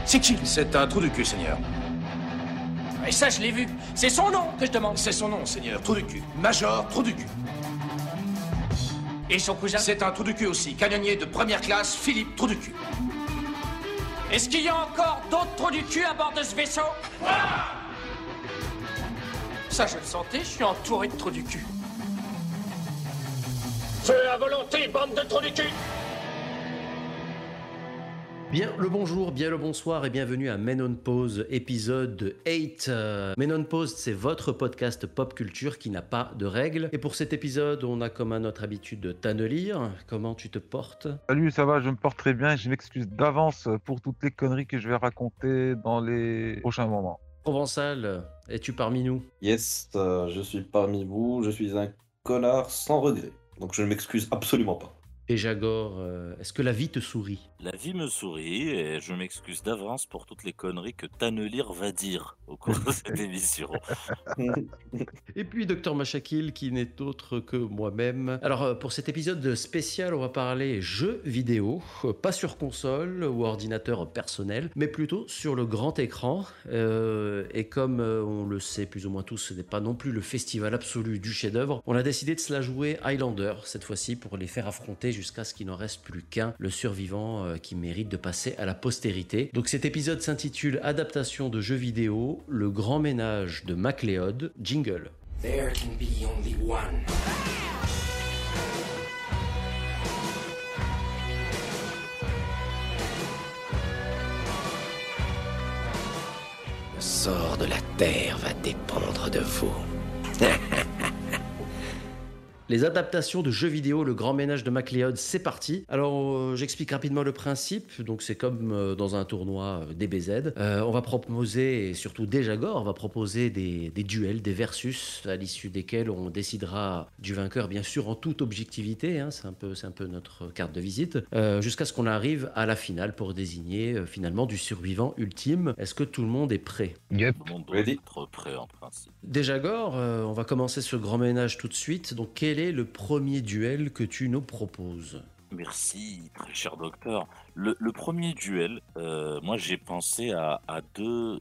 C'est qui? C'est un trou du cul, Seigneur. Et ça, je l'ai vu. C'est son nom que je demande. C'est son nom, Seigneur. Trou du cul. Major Trou du cul. Et son cousin? C'est un trou du cul aussi. Canonnier de première classe, Philippe Trou du cul. Est-ce qu'il y a encore d'autres trous du cul à bord de ce vaisseau? Ça, je le sentais, je suis entouré de trous du cul. Feu à volonté, bande de trous du cul! Bien le bonjour, bien le bonsoir et bienvenue à Men on Pause, épisode 8. Men on Pause, c'est votre podcast pop culture qui n'a pas de règles. Et pour cet épisode, on a comme à notre habitude Tannelir. Comment tu te portes? Salut, ça va, je me porte très bien et je m'excuse d'avance pour toutes les conneries que je vais raconter dans les prochains moments. Provençal, es-tu parmi nous? Yes, je suis parmi vous, je suis un connard sans regret, donc je ne m'excuse absolument pas. Et Jagor, est-ce que la vie te sourit? La vie me sourit et je m'excuse d'avance pour toutes les conneries que Tannelir va dire au cours de cette émission. Et puis Dr Machakil qui n'est autre que moi-même. Alors pour cet épisode spécial, on va parler jeux vidéo, pas sur console ou ordinateur personnel, mais plutôt sur le grand écran. Et comme on le sait plus ou moins tous, ce n'est pas non plus le festival absolu du chef-d'œuvre, on a décidé de se la jouer Highlander cette fois-ci pour les faire affronter jusqu'à ce qu'il n'en reste plus qu'un, le survivant qui mérite de passer à la postérité. Donc cet épisode s'intitule Adaptation de jeux vidéo, le grand ménage de MacLeod, jingle. There can be only one. Le sort de la Terre va dépendre de vous. Les adaptations de jeux vidéo, le grand ménage de MacLeod, c'est parti. Alors, j'explique rapidement le principe. Donc, c'est comme dans un tournoi DBZ. On va proposer, et surtout Jagor, on va proposer des duels, des versus, à l'issue desquels on décidera du vainqueur, bien sûr, en toute objectivité. Hein, c'est un peu notre carte de visite. Jusqu'à ce qu'on arrive à la finale pour désigner finalement du survivant ultime. Est-ce que tout le monde est prêt? Yep. Tout le monde doit Ready. être prêt en principe. Jagor, on va commencer ce grand ménage tout de suite. Donc, quel est le premier duel que tu nous proposes? Merci, très cher docteur. Le premier duel, moi j'ai pensé à deux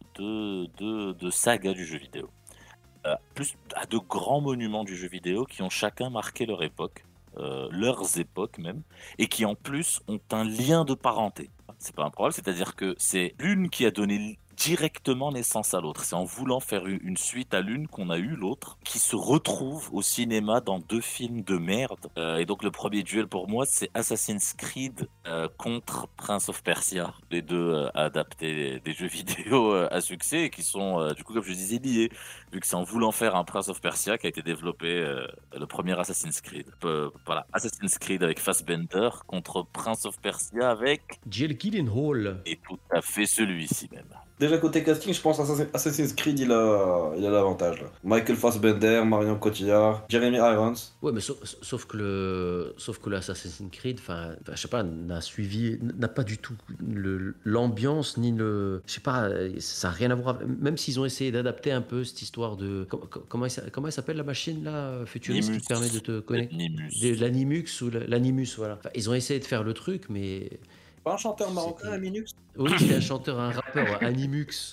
sagas du jeu vidéo. Plus à de grands monuments du jeu vidéo qui ont chacun marqué leur époque, leurs époques même, et qui en plus ont un lien de parenté. C'est pas un problème, c'est-à-dire que c'est l'une qui a donné directement naissance à l'autre. C'est en voulant faire une suite à l'une qu'on a eu l'autre, qui se retrouve au cinéma dans deux films de merde. Et donc le premier duel pour moi, c'est Assassin's Creed contre Prince of Persia. Les deux adaptés des jeux vidéo à succès et qui sont, du coup, comme je disais, liés. Vu que c'est en voulant faire un Prince of Persia qui a été développé le premier Assassin's Creed. Voilà, Assassin's Creed avec Fassbender contre Prince of Persia avec... Jake Gyllenhaal. Et tout à fait celui-ci même. Déjà côté casting, je pense Assassin's Creed il a l'avantage là. Michael Fassbender, Marion Cotillard, Jeremy Irons. Ouais, mais sauf que l'Assassin's Creed, enfin, je sais pas, n'a pas du tout l'ambiance ni le, je sais pas, ça a rien à voir. Même s'ils ont essayé d'adapter un peu cette histoire de comment elle s'appelle la machine là futuriste qui te permet de te connecter, l'Animux ou l'Animus, voilà. Enfin, ils ont essayé de faire le truc, mais Pas un chanteur marocain, Minux. oui, c'était un chanteur, un rappeur, Animux.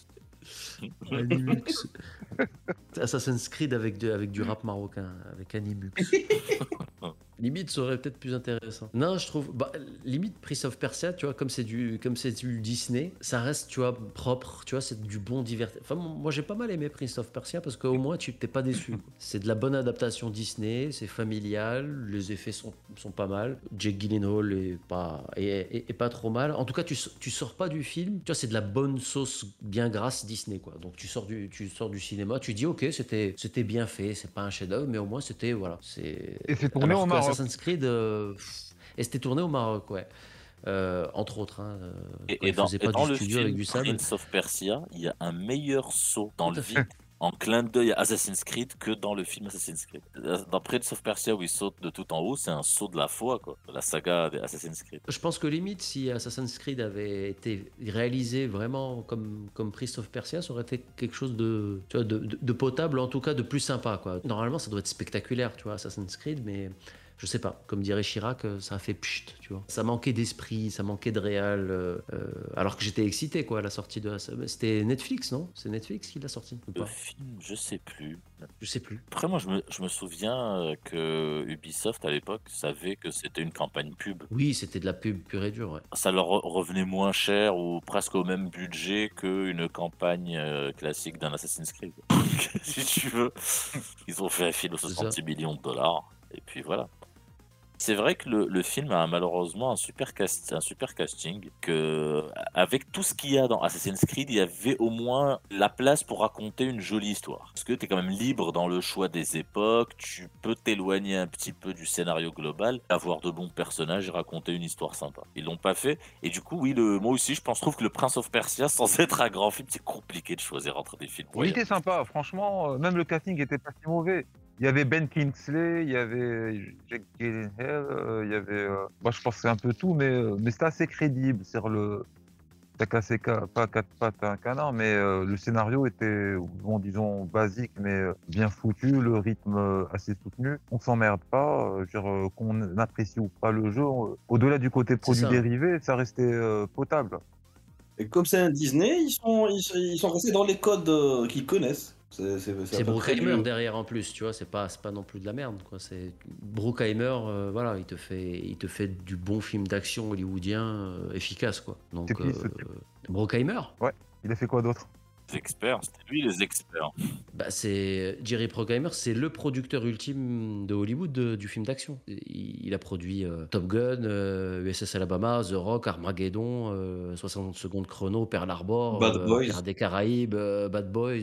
Animux. Assassin's Creed avec du rap marocain, avec Animux. Limite, ça aurait peut-être plus intéressant. Non, je trouve, limite Prince of Persia, tu vois, comme c'est du Disney, ça reste, tu vois, propre, tu vois, c'est du bon divertissement. Enfin, moi, j'ai pas mal aimé Prince of Persia parce qu'au moins, tu t'es pas déçu. C'est de la bonne adaptation Disney, c'est familial, les effets sont pas mal. Jake Gyllenhaal est pas trop mal. En tout cas, tu sors pas du film, tu vois, c'est de la bonne sauce bien grasse Disney, quoi. Donc, tu sors du cinéma, tu dis, ok, c'était bien fait, c'est pas un chef-d'œuvre, mais au moins, c'était, voilà. Et c'est tourné au Maroc. Assassin's Creed, et c'était tourné au Maroc, ouais. Entre autres. Hein, Et dans le studio avec film du sable. Prince of Persia, il y a un meilleur saut dans le vide en clin d'œil à Assassin's Creed que dans le film Assassin's Creed. Dans Prince of Persia, où il saute de tout en haut, c'est un saut de la foi, quoi. La saga des Assassin's Creed. Je pense que limite, si Assassin's Creed avait été réalisé vraiment comme Prince of Persia, ça aurait été quelque chose de potable, en tout cas de plus sympa, quoi. Normalement, ça doit être spectaculaire, tu vois, Assassin's Creed, mais je sais pas, comme dirait Chirac, ça a fait pchit, tu vois. Ça manquait d'esprit, ça manquait de réal, alors que j'étais excité, quoi, à la sortie de... C'était Netflix, non? C'est Netflix qui l'a sorti, ou Le pas? film, je sais plus. Je sais plus. Après, moi, je me souviens que Ubisoft, à l'époque, savait que c'était une campagne pub. Oui, c'était de la pub pure et dure, ouais. Ça leur revenait moins cher ou presque au même budget qu'une campagne classique d'un Assassin's Creed. Si tu veux. Ils ont fait un film de C'est ça. 66 millions de dollars. Et puis voilà. C'est vrai que le film a malheureusement un super casting, que avec tout ce qu'il y a dans Assassin's Creed, il y avait au moins la place pour raconter une jolie histoire. Parce que tu es quand même libre dans le choix des époques, tu peux t'éloigner un petit peu du scénario global, avoir de bons personnages et raconter une histoire sympa. Ils l'ont pas fait, et du coup, oui, moi aussi, je trouve que le Prince of Persia, sans être un grand film, c'est compliqué de choisir entre des films. Il était sympa, franchement, même le casting était pas si mauvais. Il y avait Ben Kingsley, il y avait Jake Gyllenhaal, il y avait... Moi, je pense que c'est un peu tout, mais c'était assez crédible. C'est-à-dire t'as cassé pas quatre pattes à un canard, mais le scénario était, bon, disons, basique, mais bien foutu, le rythme assez soutenu. On s'emmerde pas, qu'on apprécie ou pas le jeu, au-delà du côté produit ça. dérivé, ça restait potable. Et comme c'est un Disney, ils sont restés dans les codes qu'ils connaissent. C'est Bruckheimer derrière en plus, tu vois, c'est pas non plus de la merde, quoi. C'est Bruckheimer, voilà, il te fait du bon film d'action hollywoodien efficace, quoi. Donc C'est qui, ce type Bruckheimer, Ouais, il a fait quoi d'autre? Les experts, c'était lui les experts. bah c'est Jerry Bruckheimer, c'est le producteur ultime de Hollywood du film d'action. Il a produit Top Gun, USS Alabama, The Rock, Armageddon, 60 secondes chrono, Pearl Harbor, Bad Boys. Pirates des Caraïbes, Bad Boys.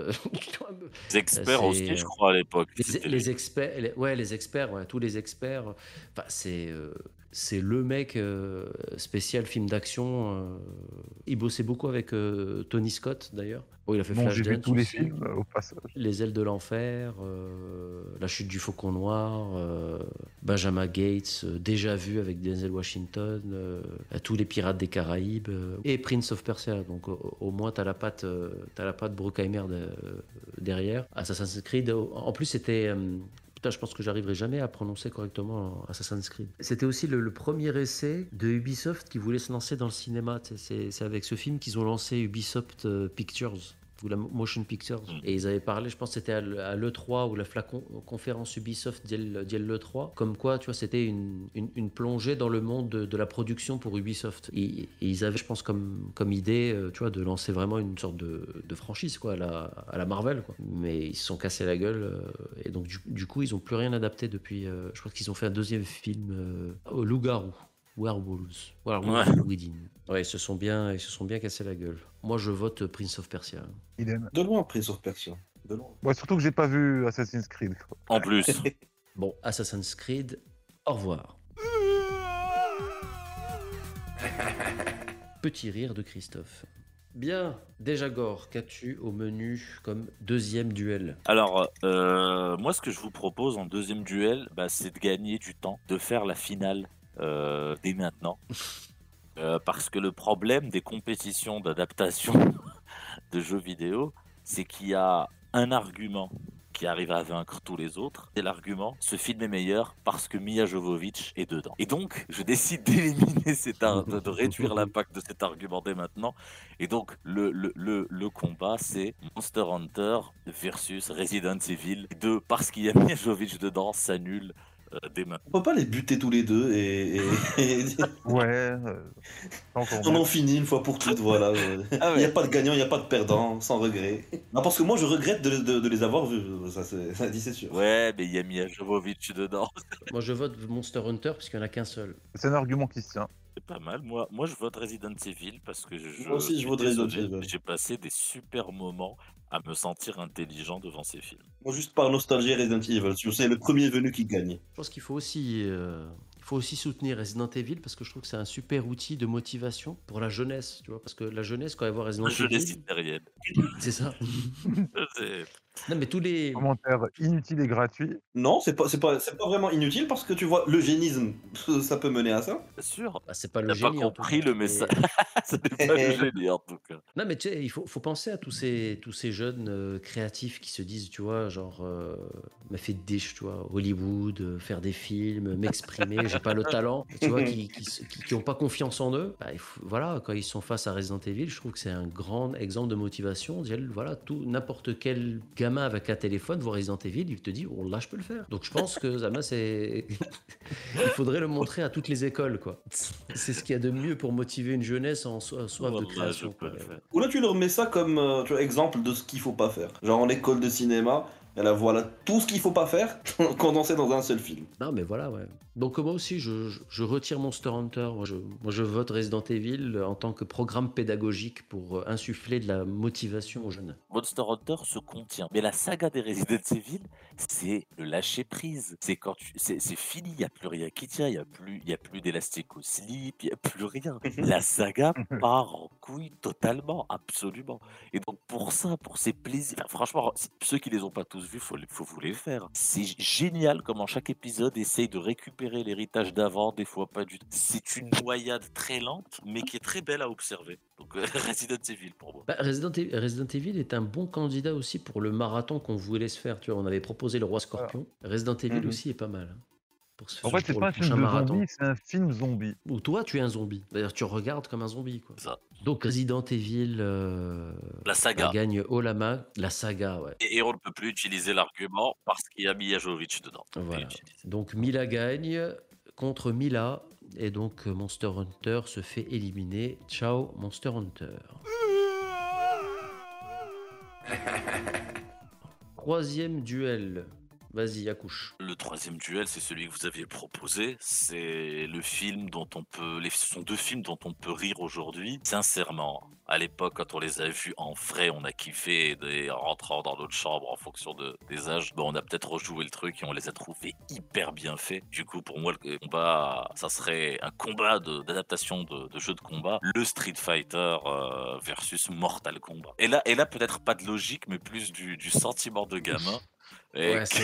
Les experts c'est- aussi, je crois, à l'époque. C'était lui. Les experts, les experts, ouais, tous les experts. Enfin, c'est le mec spécial film d'action. Il bossait beaucoup avec Tony Scott d'ailleurs. Bon, il a fait Bon, j'ai vu Flashdance tous les aussi. films au passage. Les ailes de l'enfer, La chute du faucon noir, Benjamin Gates, Déjà vu avec Denzel Washington, tous les pirates des Caraïbes et Prince of Persia. Donc au moins t'as la patte Bruckheimer derrière. Assassin's Creed. En plus c'était putain, je pense que j'arriverai jamais à prononcer correctement Assassin's Creed. C'était aussi le premier essai de Ubisoft qui voulait se lancer dans le cinéma. C'est avec ce film qu'ils ont lancé Ubisoft Pictures. Ou la Motion Pictures. Et ils avaient parlé, je pense que c'était à l'E3 ou la conférence Ubisoft d'El l'E3, comme quoi, tu vois, c'était une plongée dans le monde de la production pour Ubisoft. Et ils avaient, je pense, comme idée, tu vois, de lancer vraiment une sorte de franchise, quoi, à la Marvel, quoi. Mais ils se sont cassés la gueule, et donc du coup, ils n'ont plus rien adapté depuis. Je crois qu'ils ont fait un deuxième film, au Loup-garou. Werewolves Within. Ouais, ils se sont bien cassés la gueule. Moi, je vote Prince of Persia. Idem. De loin, Prince of Persia. De loin. Ouais, surtout que j'ai pas vu Assassin's Creed. En plus. Bon, Assassin's Creed, au revoir. Petit rire de Christophe. Bien, déjà Gore, qu'as-tu au menu comme deuxième duel? Alors, moi, ce que je vous propose en deuxième duel, c'est de gagner du temps, de faire la finale dès maintenant. Parce que le problème des compétitions d'adaptation de jeux vidéo, c'est qu'il y a un argument qui arrive à vaincre tous les autres. Et l'argument, ce film est meilleur parce que Mia Jovovich est dedans. Et donc, je décide d'éliminer de réduire l'impact de cet argument dès maintenant. Et donc, le combat, c'est Monster Hunter versus Resident Evil 2. Parce qu'il y a Mia Jovovich dedans, s'annule dès maintenant. On peut pas les buter tous les deux et Ouais. on en finit une fois pour toutes, voilà. Ah ouais. Il n'y a pas de gagnant, il n'y a pas de perdant, sans regret. Non, parce que moi, je regrette de les avoir vus, ça dit c'est sûr. Ouais, mais il y a Mia Jovovich dedans. Moi, je vote Monster Hunter parce qu'il n'y en a qu'un seul. C'est un argument qui se tient. C'est pas mal. Moi, je vote Resident Evil parce que Moi aussi, je suis vote Resident désolé, Evil. j'ai passé des super moments à me sentir intelligent devant ces films. Moi, juste par nostalgie, Resident Evil. C'est le premier venu qui gagne. Je pense qu'il faut aussi soutenir Resident Evil parce que je trouve que c'est un super outil de motivation pour la jeunesse, tu vois, parce que la jeunesse, quand elle voit Resident Je l'ai Evil, citérienne. c'est ça. Non, mais tous les. Commentaire inutile et gratuit. Non, c'est pas vraiment inutile parce que tu vois, l'eugénisme, ça peut mener à ça. Bien sûr. Bah, c'est pas le T'as pas génie en tout compris cas. le Mais- message. Ça n'est pas le génie en tout cas. Non, mais tu sais, il faut penser à tous ces jeunes créatifs qui se disent, tu vois, genre, m'a fait des, tu vois, Hollywood, faire des films, m'exprimer, j'ai pas le talent, tu vois, qui ont pas confiance en eux. Bah, voilà, quand ils sont face à Resident Evil, je trouve que c'est un grand exemple de motivation. Voilà, n'importe quel gamin avec un téléphone voit Resident Evil, il te dit, oh là, je peux le faire. Donc je pense que Zama, il faudrait le montrer à toutes les écoles, quoi. C'est ce qu'il y a de mieux pour motiver une jeunesse en soif de Wallah, je création. peux quoi. le faire. Ou là, tu leur mets ça comme tu vois, exemple de ce qu'il faut pas faire. Genre en école de cinéma, et là voilà tout ce qu'il faut pas faire condensé dans un seul film. Non, mais voilà, ouais. Donc moi aussi, je retire Monster Hunter. Moi, je vote Resident Evil en tant que programme pédagogique pour insuffler de la motivation aux jeunes. Monster Hunter se contient. Mais la saga des Resident Evil, c'est le lâcher prise. C'est quand c'est fini, il n'y a plus rien qui tient, il y a plus d'élastique au slip, il n'y a plus rien. La saga part en couille totalement, absolument. Et donc pour ça, pour ces plaisirs, enfin, franchement, ceux qui les ont pas tous vus, faut vous les faire. C'est génial comment chaque épisode essaye de récupérer l'héritage d'avant, des fois pas du tout. C'est une noyade très lente, mais qui est très belle à observer. Donc Resident Evil pour moi. Bah, Resident Evil est un bon candidat aussi pour le marathon qu'on voulait se faire. Tu vois, on avait proposé le Roi Scorpion. Resident Evil aussi est pas mal. Hein, pour En fait, c'est pour pas le un film prochain de marathon. zombie, c'est un film zombie. Ou toi, tu es un zombie. D'ailleurs, tu regardes comme un zombie. Quoi. Ça. Donc Resident Evil La saga. gagne haut la main. La saga, ouais. Et on ne peut plus utiliser l'argument parce qu'il y a Milla Jovovich dedans. Voilà. Donc Mila gagne contre Mila. Et donc Monster Hunter se fait éliminer. Ciao Monster Hunter. Troisième duel. Vas-y, accouche. Le troisième duel, c'est celui que vous aviez proposé. C'est le film dont on peut. Ce sont deux films dont on peut rire aujourd'hui. Sincèrement, à l'époque, quand on les a vus en vrai, on a kiffé en rentrant dans notre chambre en fonction des âges. Bon, on a peut-être rejoué le truc et on les a trouvés hyper bien faits. Du coup, pour moi, le combat, ça serait un combat d'adaptation de jeu de combat. Le Street Fighter versus Mortal Kombat. Et là peut-être pas de logique, mais plus du sentiment de gamin. Et Ouais,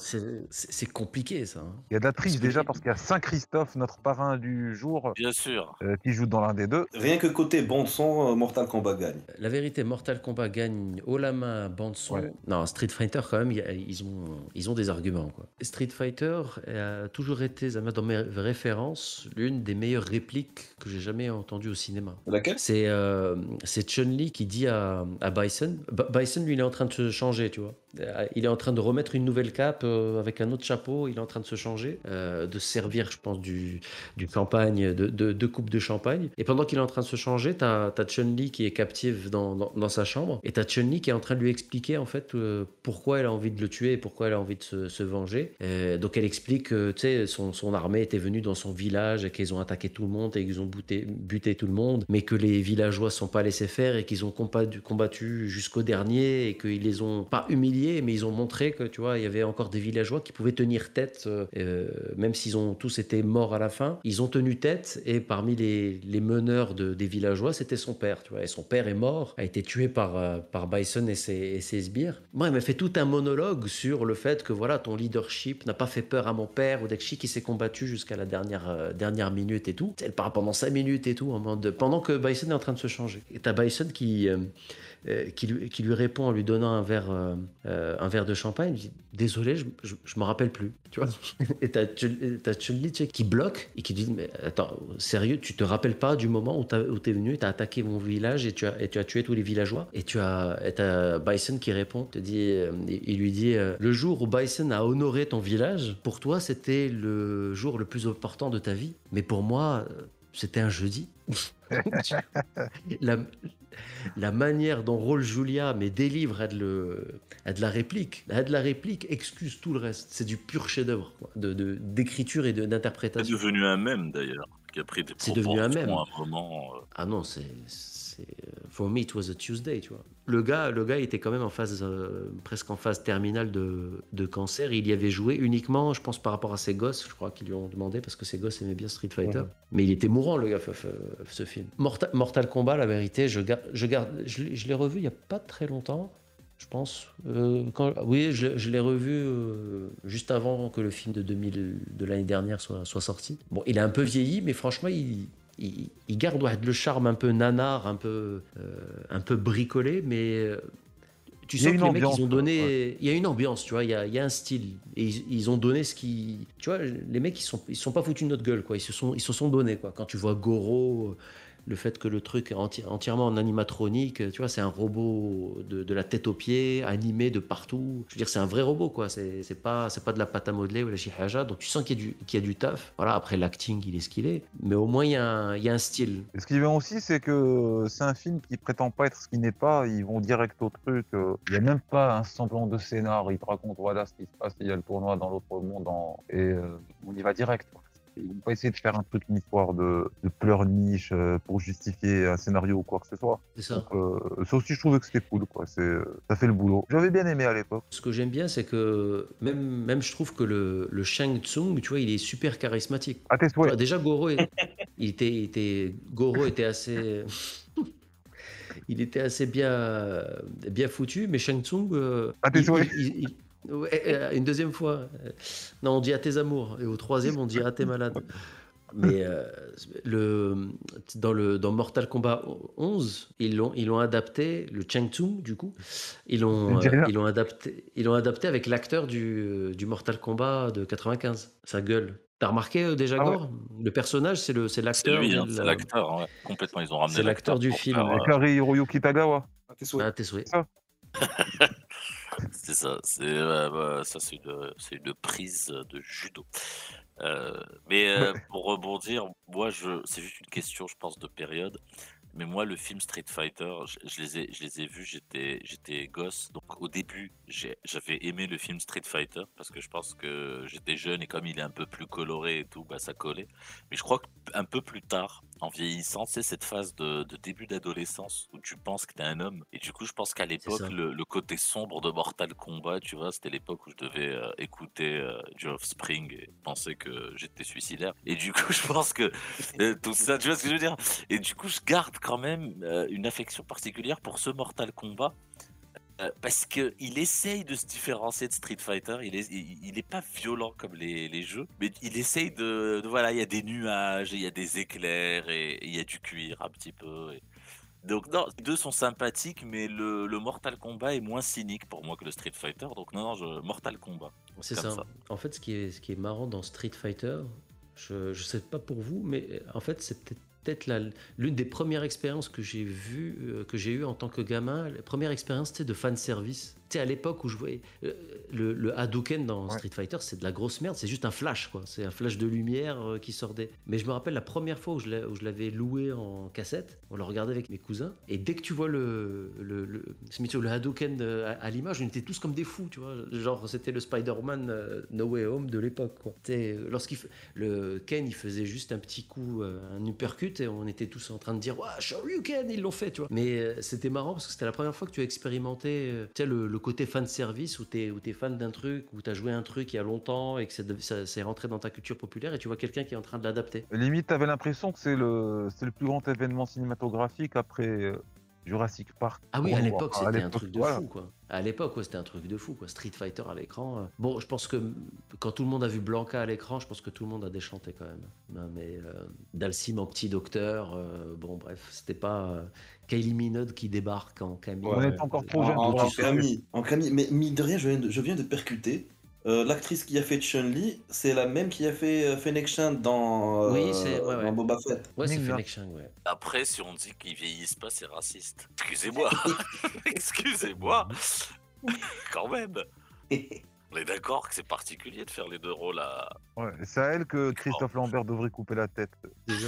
c'est compliqué ça. Hein. Il y a de la triche Parce que- déjà parce qu'il y a Saint-Christophe, notre parrain du jour, bien sûr. qui joue dans l'un des deux. Rien que côté bande son, Mortal Kombat gagne. La vérité, Mortal Kombat gagne haut la main, bande son. Ouais. Non, Street Fighter quand même, ils ont des arguments. Quoi. Street Fighter a toujours été, Zama, dans mes références, l'une des meilleures répliques que j'ai jamais entendues au cinéma. Laquelle? C'est Chun-Li qui dit à Bison. Bison, lui, il est en train de se changer, tu vois. Il est en train de remettre une nouvelle cape avec un autre chapeau. Il est en train de se changer, de se servir, je pense, du champagne, de deux coupes de champagne. Et pendant qu'il est en train de se changer, t'as Chun-Li qui est captive dans sa chambre. Et t'as Chun-Li qui est en train de lui expliquer, en fait, pourquoi elle a envie de le tuer et pourquoi elle a envie de se venger. Donc elle explique que, tu sais, son armée était venue dans son village et qu'ils ont attaqué tout le monde et qu'ils ont buté tout le monde, mais que les villageois ne sont pas laissés faire et qu'ils ont combattu jusqu'au dernier et qu'ils les ont pas humiliés, mais ils ont montré que, tu vois, il y avait encore des villageois qui pouvaient tenir tête, même s'ils ont tous été morts à la fin. Ils ont tenu tête et parmi les meneurs des villageois, c'était son père, tu vois. Et son père est mort, a été tué par Bison et ses sbires. Moi, il m'a fait tout un monologue sur le fait que, voilà, ton leadership n'a pas fait peur à mon père ou Dekshi qui s'est combattu jusqu'à la dernière minute et tout. Elle parle pendant 5 minutes et tout, pendant que Bison est en train de se changer. Et t'as Bison qui lui répond en lui donnant un verre de champagne. Il dit désolé, je me rappelle plus, tu vois. Et t'as Chun-Li, tu sais, qui bloque et qui dit mais attends, sérieux, tu te rappelles pas du moment où t'es venu, t'as attaqué mon village et tu as tué tous les villageois. Et t'as Bison qui répond, il lui dit le jour où Bison a honoré ton village, pour toi c'était le jour le plus important de ta vie, mais pour moi c'était un jeudi. La manière dont Raul Julia délivre a de la réplique. A de la réplique excuse tout le reste. C'est du pur chef-d'œuvre d'écriture et C'est d'interprétation. devenu un mème d'ailleurs, qui a pris des C'est devenu un mème. à un moment. Ah non, for me it was a Tuesday, tu vois. Le gars il était quand même presque en phase terminale de cancer. Il y avait joué uniquement, je pense, par rapport à ses gosses. Je crois qu'ils lui ont demandé parce que ses gosses aimaient bien Street Fighter. Mais il était mourant, le gars, ce film. Mortal Kombat, la vérité, je l'ai revu il y a pas très longtemps. je pense. Oui, je l'ai revu juste avant que le film de l'année dernière soit sorti. Bon, il a un peu vieilli, mais franchement, il garde le charme un peu nanar, un peu bricolé, mais tu Il y a sens que une les mecs, ambiance, ils ont donné. ouais. Il y a une ambiance, tu vois, il y a un style. Et ils ont donné ce qui. Tu vois, les mecs, ils sont pas foutus de notre gueule, quoi. Ils se sont donnés, quoi. Quand tu vois Goro, le fait que le truc est entièrement en animatronique, tu vois, c'est un robot de la tête aux pieds, animé de partout. Je veux dire, c'est un vrai robot, quoi. C'est pas de la pâte à modeler ou la chihaja. Donc tu sens qu'il y a du taf. Voilà, après l'acting, il est ce qu'il est. Mais au moins, il y a un style. Et ce qui est bien aussi, c'est que c'est un film qui prétend pas être ce qu'il n'est pas. Ils vont direct au truc. Il y a même pas un semblant de scénar. Ils te racontent voilà ce qui se passe. Il y a le tournoi dans l'autre monde et on y va direct, quoi. Ils vont pas essayer de faire un truc, une histoire de pleurniche pour justifier un scénario ou quoi que ce soit. C'est ça. Donc, ça aussi, je trouvais que c'était cool, quoi. Ça fait le boulot. J'avais bien aimé à l'époque. Ce que j'aime bien, c'est que même je trouve que le Shang Tsung, tu vois, il est super charismatique. À tes Tu vois, souhaits. déjà, Goro était assez. Il était assez bien foutu, mais Shang Tsung, À tes souhaits. ouais, une deuxième fois. Non, on dit à tes amours, et au troisième, on dit à tes malades. Mais dans Mortal Kombat 11, ils l'ont adapté, le Shang Tsung, du coup, ils l'ont adapté avec l'acteur du Mortal Kombat de 95, sa gueule. T'as remarqué déjà, Ah ouais. Gore? Le personnage, c'est C'est l'acteur. lui, hein, c'est l'acteur. Hein, ouais. Complètement, ils ont ramené C'est l'acteur du pour film. faire, Kari Hiroyuki Tagawa. À tes souhaits. Ah, tes souhaits. c'est ça. Ça, c'est une prise de judo. Pour rebondir, moi, c'est juste une question, je pense, de période. Mais moi, le film Street Fighter, je les ai vus, j'étais gosse. Donc au début, j'avais aimé le film Street Fighter parce que je pense que j'étais jeune et comme il est un peu plus coloré et tout, bah ça collait. Mais je crois qu'un peu plus tard, en vieillissant, c'est cette phase de début d'adolescence où tu penses que t'es un homme. Et du coup, je pense qu'à l'époque, ça. le côté sombre de Mortal Kombat, tu vois, c'était l'époque où je devais écouter du Offspring et penser que j'étais suicidaire. Et du coup, je pense que tout ça, tu vois ce que je veux dire? Et du coup, je garde quand même une affection particulière pour ce Mortal Kombat parce que il essaye de se différencier de Street Fighter. Il est pas violent comme les jeux, mais il essaye voilà, il y a des nuages, il y a des éclairs et il y a du cuir un petit peu. Donc non, les deux sont sympathiques, mais le Mortal Kombat est moins cynique pour moi que le Street Fighter. Donc non, Mortal Kombat. C'est comme ça. En fait, ce qui est marrant dans Street Fighter, je sais pas pour vous, mais en fait, c'est peut-être l'une des premières expériences que j'ai eues en tant que gamin. La première expérience, c'était de fan service. Tu sais, à l'époque où je voyais le Hadouken dans Street Fighter, c'est de la grosse merde, c'est juste un flash, quoi. C'est un flash de lumière qui sortait. Mais je me rappelle la première fois où je l'avais loué en cassette, on le regardait avec mes cousins, et dès que tu vois le Hadouken à l'image, on était tous comme des fous, tu vois. Genre, c'était le Spider-Man No Way Home de l'époque, quoi. Le Ken, il faisait juste un petit coup, un uppercut, et on était tous en train de dire, ouais, Shoryuken, ils l'ont fait, tu vois. Mais c'était marrant parce que c'était la première fois que tu as expérimenté, tu sais, le côté fan service où t'es fan d'un truc, où t'as joué un truc il y a longtemps et que ça s'est rentré dans ta culture populaire et tu vois quelqu'un qui est en train de l'adapter. Limite, t'avais l'impression que c'est le plus grand événement cinématographique après Jurassic Park. Ah oui, Pour à nous, l'époque, enfin, c'était un truc de voilà. fou, quoi. À l'époque, ouais, c'était un truc de fou, quoi. Street Fighter à l'écran. Bon, je pense que quand tout le monde a vu Blanca à l'écran, je pense que tout le monde a déchanté quand même. Non, mais Dalsim en petit docteur, bon, bref, c'était pas Kylie Minogue qui débarque en Camille. On est encore trop jeune. En Camille, mais mine de rien, je viens de percuter. L'actrice qui a fait Chun-Li, c'est la même qui a fait Fennec Shand dans, Oui, ouais. dans Boba Fett. Ouais, c'est Ming, Fennec Shand, ouais. Après, si on dit qu'ils vieillissent pas, c'est raciste. Excusez-moi. Excusez-moi. Quand même. On est d'accord que c'est particulier de faire les deux rôles à... Ouais, c'est à elle que Christophe Lambert devrait couper la tête. Déjà.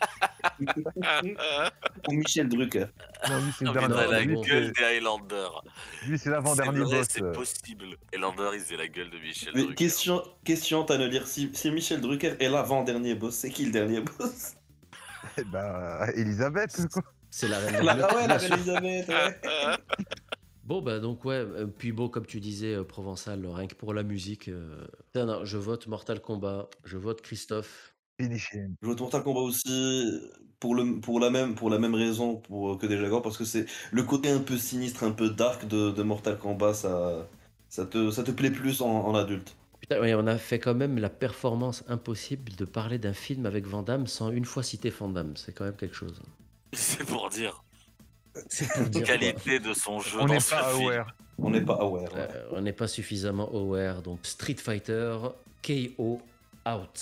Ou Michel Drucker. Non, lui, c'est le Ah, mais dernier. t'as la bon. gueule des Highlanders. Lui, c'est C'est l'avant-dernier vrai, boss. c'est possible. Highlander, ils aient la gueule de Michel Mais Drucker. question à nous dire, si Michel Drucker est l'avant-dernier boss, c'est qui le dernier boss? Eh ben, Elisabeth, quoi. C'est la reine Ouais, d'Angleterre, la bien sûr. Elisabeth, ouais. Bon, bah donc, ouais. Puis bon, comme tu disais, Provençal, rien que pour la musique. Non, je vote Mortal Kombat. Je vote Christophe. Finish him. Je vote Mortal Kombat aussi pour la même raison que des Jaguars, parce que c'est le côté un peu sinistre, un peu dark de Mortal Kombat, ça te plaît plus en adulte. Putain, ouais, on a fait quand même la performance impossible de parler d'un film avec Van Damme sans une fois citer Van Damme. C'est quand même quelque chose. C'est pour dire C'est pour la dire quoi. qualité de son jeu On dans n'est ce pas film. aware. On n'est pas aware. Ouais. On n'est pas suffisamment aware. Donc Street Fighter KO out.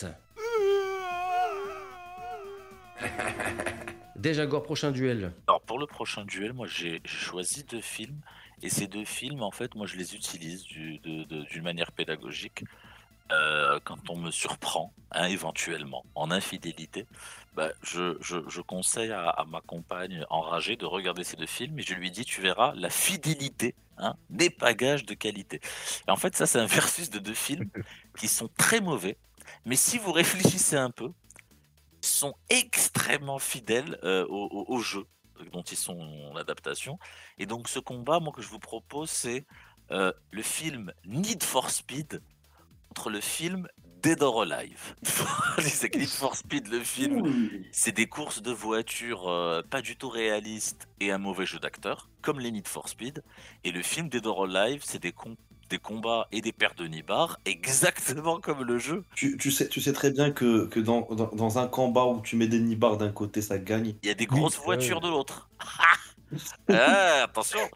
Déjà, Gore, prochain duel. Alors pour le prochain duel, moi j'ai choisi 2 films et ces 2 films en fait moi je les utilise d'une manière pédagogique quand on me surprend éventuellement en infidélité. Bah, je conseille à ma compagne enragée de regarder ces 2 films et je lui dis tu verras la fidélité n'est pas gage de qualité. Et en fait ça c'est un versus de 2 films qui sont très mauvais mais si vous réfléchissez un peu sont extrêmement fidèles au jeu dont ils sont en adaptation. Et donc ce combat, moi que je vous propose, c'est le film Need for Speed contre le film Dead or Alive. C'est que Need for Speed, le film, c'est des courses de voitures pas du tout réalistes et un mauvais jeu d'acteur, comme les Need for Speed. Et le film Dead or Alive, c'est des combats et des paires de nibards, exactement comme le jeu. Tu sais très bien que dans un combat où tu mets des nibards d'un côté, ça gagne. Il y a des grosses voitures de l'autre. Attention.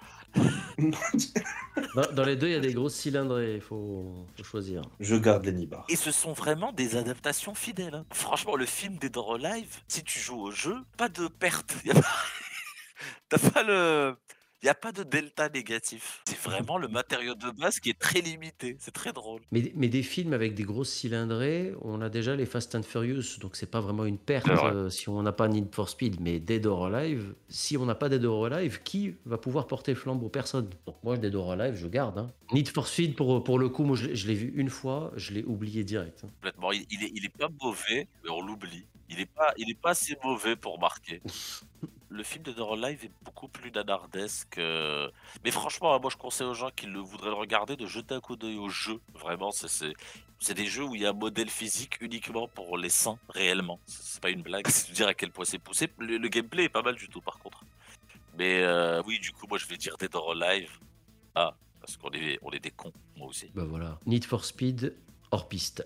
Dans les deux, il y a des grosses cylindrées. Il faut choisir. Je garde les nibards. Et ce sont vraiment des adaptations fidèles. Hein. Franchement, le film Dead or Alive, si tu joues au jeu, pas de perte. T'as pas le... Il n'y a pas de delta négatif. C'est vraiment le matériau de base qui est très limité. C'est très drôle. Mais des films avec des grosses cylindrées, on a déjà les Fast and Furious, donc c'est pas vraiment une perte C'est vrai. si on n'a pas Need for Speed. Mais Dead or Alive, si on n'a pas Dead or Alive, qui va pouvoir porter le flambeau? Personne. Donc moi, Dead or Alive, je garde. Hein. Need for Speed, pour le coup, moi je l'ai vu une fois, je l'ai oublié direct. Hein. Complètement. Il est pas mauvais, mais on l'oublie. Il est pas assez mauvais pour marquer. Le film de Dead or Alive est beaucoup plus nanardesque. Mais franchement, moi je conseille aux gens qui voudraient le regarder de jeter un coup d'œil au jeu. Vraiment, c'est des jeux où il y a un modèle physique uniquement pour les seins, réellement. C'est pas une blague. C'est dire à quel point c'est poussé. Le gameplay est pas mal du tout, par contre. Mais oui, du coup, moi je vais dire Dead or Alive. Ah, parce qu'on est des cons, moi aussi. Bah voilà. Need for Speed, hors piste.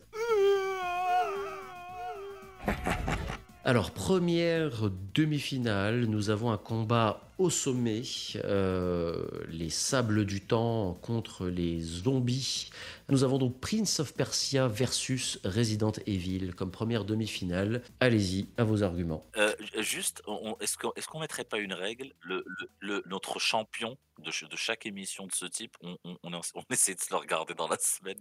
Alors, première demi-finale, nous avons un combat au sommet, les sables du temps contre les zombies. Nous avons donc Prince of Persia versus Resident Evil comme première demi-finale. Allez-y, à vos arguments. Juste, est-ce qu'on mettrait pas une règle notre champion de chaque émission de ce type, on essaie de se le regarder dans la semaine.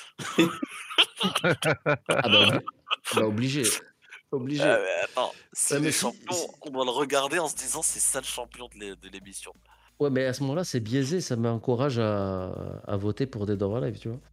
Ah bah obligé. Obligé. Mais attends, si Ouais, mais les si- champions, on doit le regarder en se disant c'est ça le champion de l'émission. Ouais, mais à ce moment-là, c'est biaisé, ça m'encourage à voter pour Dead or Alive, tu vois.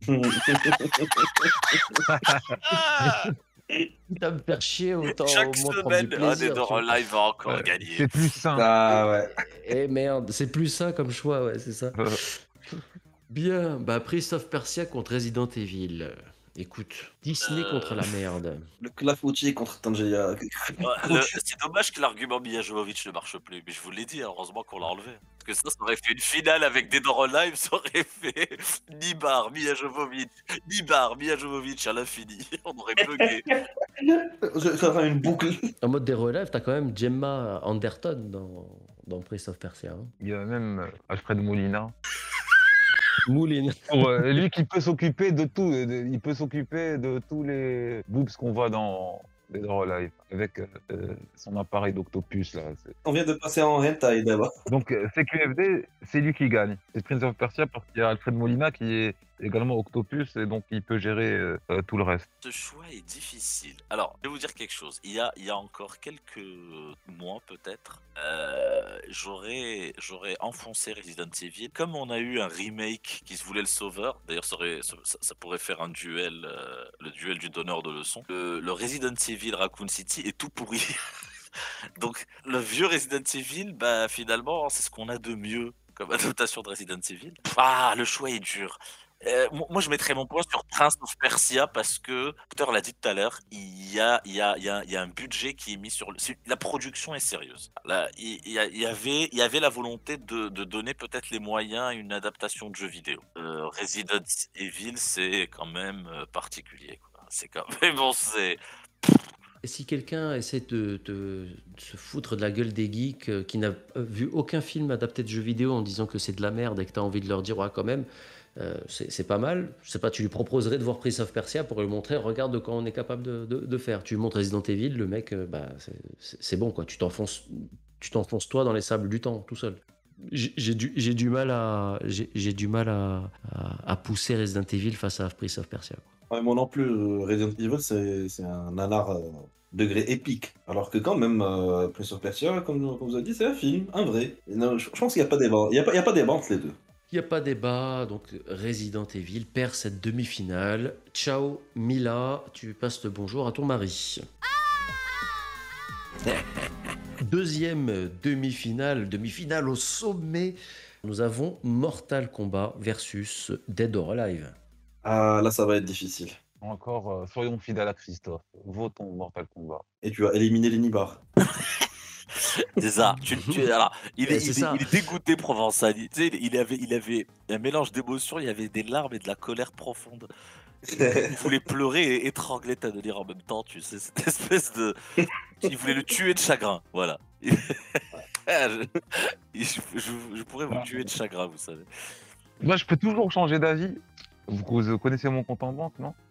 Quitte à me faire chier, autant Chaque au moins prendre du semaine, plaisir. Dead or tu vois. Alive va encore Ouais, gagner. C'est plus sain. Ah ouais. Eh merde, c'est plus ça comme choix, ouais, c'est ça. Euh, Bien, bah Prince of Persia contre Resident Evil. Écoute, Disney contre la merde. Le clafoutis contre Tangeya. C'est dommage que l'argument Mia Jovovich ne marche plus, mais je vous l'ai dit, heureusement qu'on l'a enlevé. Parce que ça aurait fait une finale avec Dead or Alive, ça aurait fait Nibar, Mia Jovovich, à l'infini. On aurait bugué. Ça fera une boucle. En mode des relèves, t'as quand même Gemma Anderton dans Prince of Persia. Hein. Il y a même Alfred Molina. Mouline. Pour, lui qui peut s'occuper de tout. Il peut s'occuper de tous les boobs qu'on voit dans Dead or Alive. Avec son appareil d'octopus là. On vient de passer en hentai d'abord. Donc CQFD, c'est lui qui gagne. C'est Prince of Persia parce qu'il y a Alfred Molina qui est également octopus et donc il peut gérer tout le reste. Ce choix est difficile. Alors, je vais vous dire quelque chose. Il y a encore quelques mois, peut-être, j'aurais enfoncé Resident Evil. Comme on a eu un remake qui se voulait le sauveur, d'ailleurs, ça pourrait faire un duel, le duel du donneur de leçons. Le Resident Evil Raccoon City est tout pourri. Donc, le vieux Resident Evil, bah, finalement, c'est ce qu'on a de mieux comme adaptation de Resident Evil. Ah, le choix est dur. Moi, je mettrais mon point sur Prince of Persia parce que, Peter l'a dit tout à l'heure, il y a un budget qui est mis sur la production est sérieuse. Là, il y avait la volonté de donner peut-être les moyens à une adaptation de jeu vidéo. Resident Evil, c'est quand même particulier, quoi. C'est quand même, bon, c'est. Et si quelqu'un essaie de se foutre de la gueule des geeks qui n'a vu aucun film adapté de jeu vidéo en disant que c'est de la merde et que tu as envie de leur dire, ouais, quand même, c'est pas mal. Je sais pas, tu lui proposerais de voir Prince of Persia pour lui montrer, regarde de quoi on est capable de faire. Tu lui montres Resident Evil, le mec, c'est bon, quoi. Tu t'enfonces toi dans les sables du temps, tout seul. J'ai du mal à pousser Resident Evil face à Prince of Persia. Ouais, moi non plus, Resident Evil, c'est un nanar degré épique. Alors que quand même, Prince of Persia, comme vous avez dit, c'est un film, un vrai. Et non, je pense qu'il n'y a pas débat. Il y a pas débat entre les deux. Il n'y a pas débat, donc Resident Evil perd cette demi-finale. Ciao Mila, tu passes le bonjour à ton mari. Deuxième demi-finale au sommet. Nous avons Mortal Kombat versus Dead or Alive. Ah, là, ça va être difficile. Encore, soyons fidèles à Christophe. Votons Mortal Kombat. Et tu vas éliminer les nibards. C'est ça. Alors, il c'est ça. est dégoûté, Provençal. Tu sais, il avait un mélange d'émotions, il y avait des larmes et de la colère profonde. Il voulait pleurer et étrangler ta délire en même temps, tu sais, cette espèce de. Il voulait le tuer de chagrin, voilà. Je pourrais vous tuer de chagrin, vous savez. Moi, je peux toujours changer d'avis. Vous connaissez mon compte en banque, non?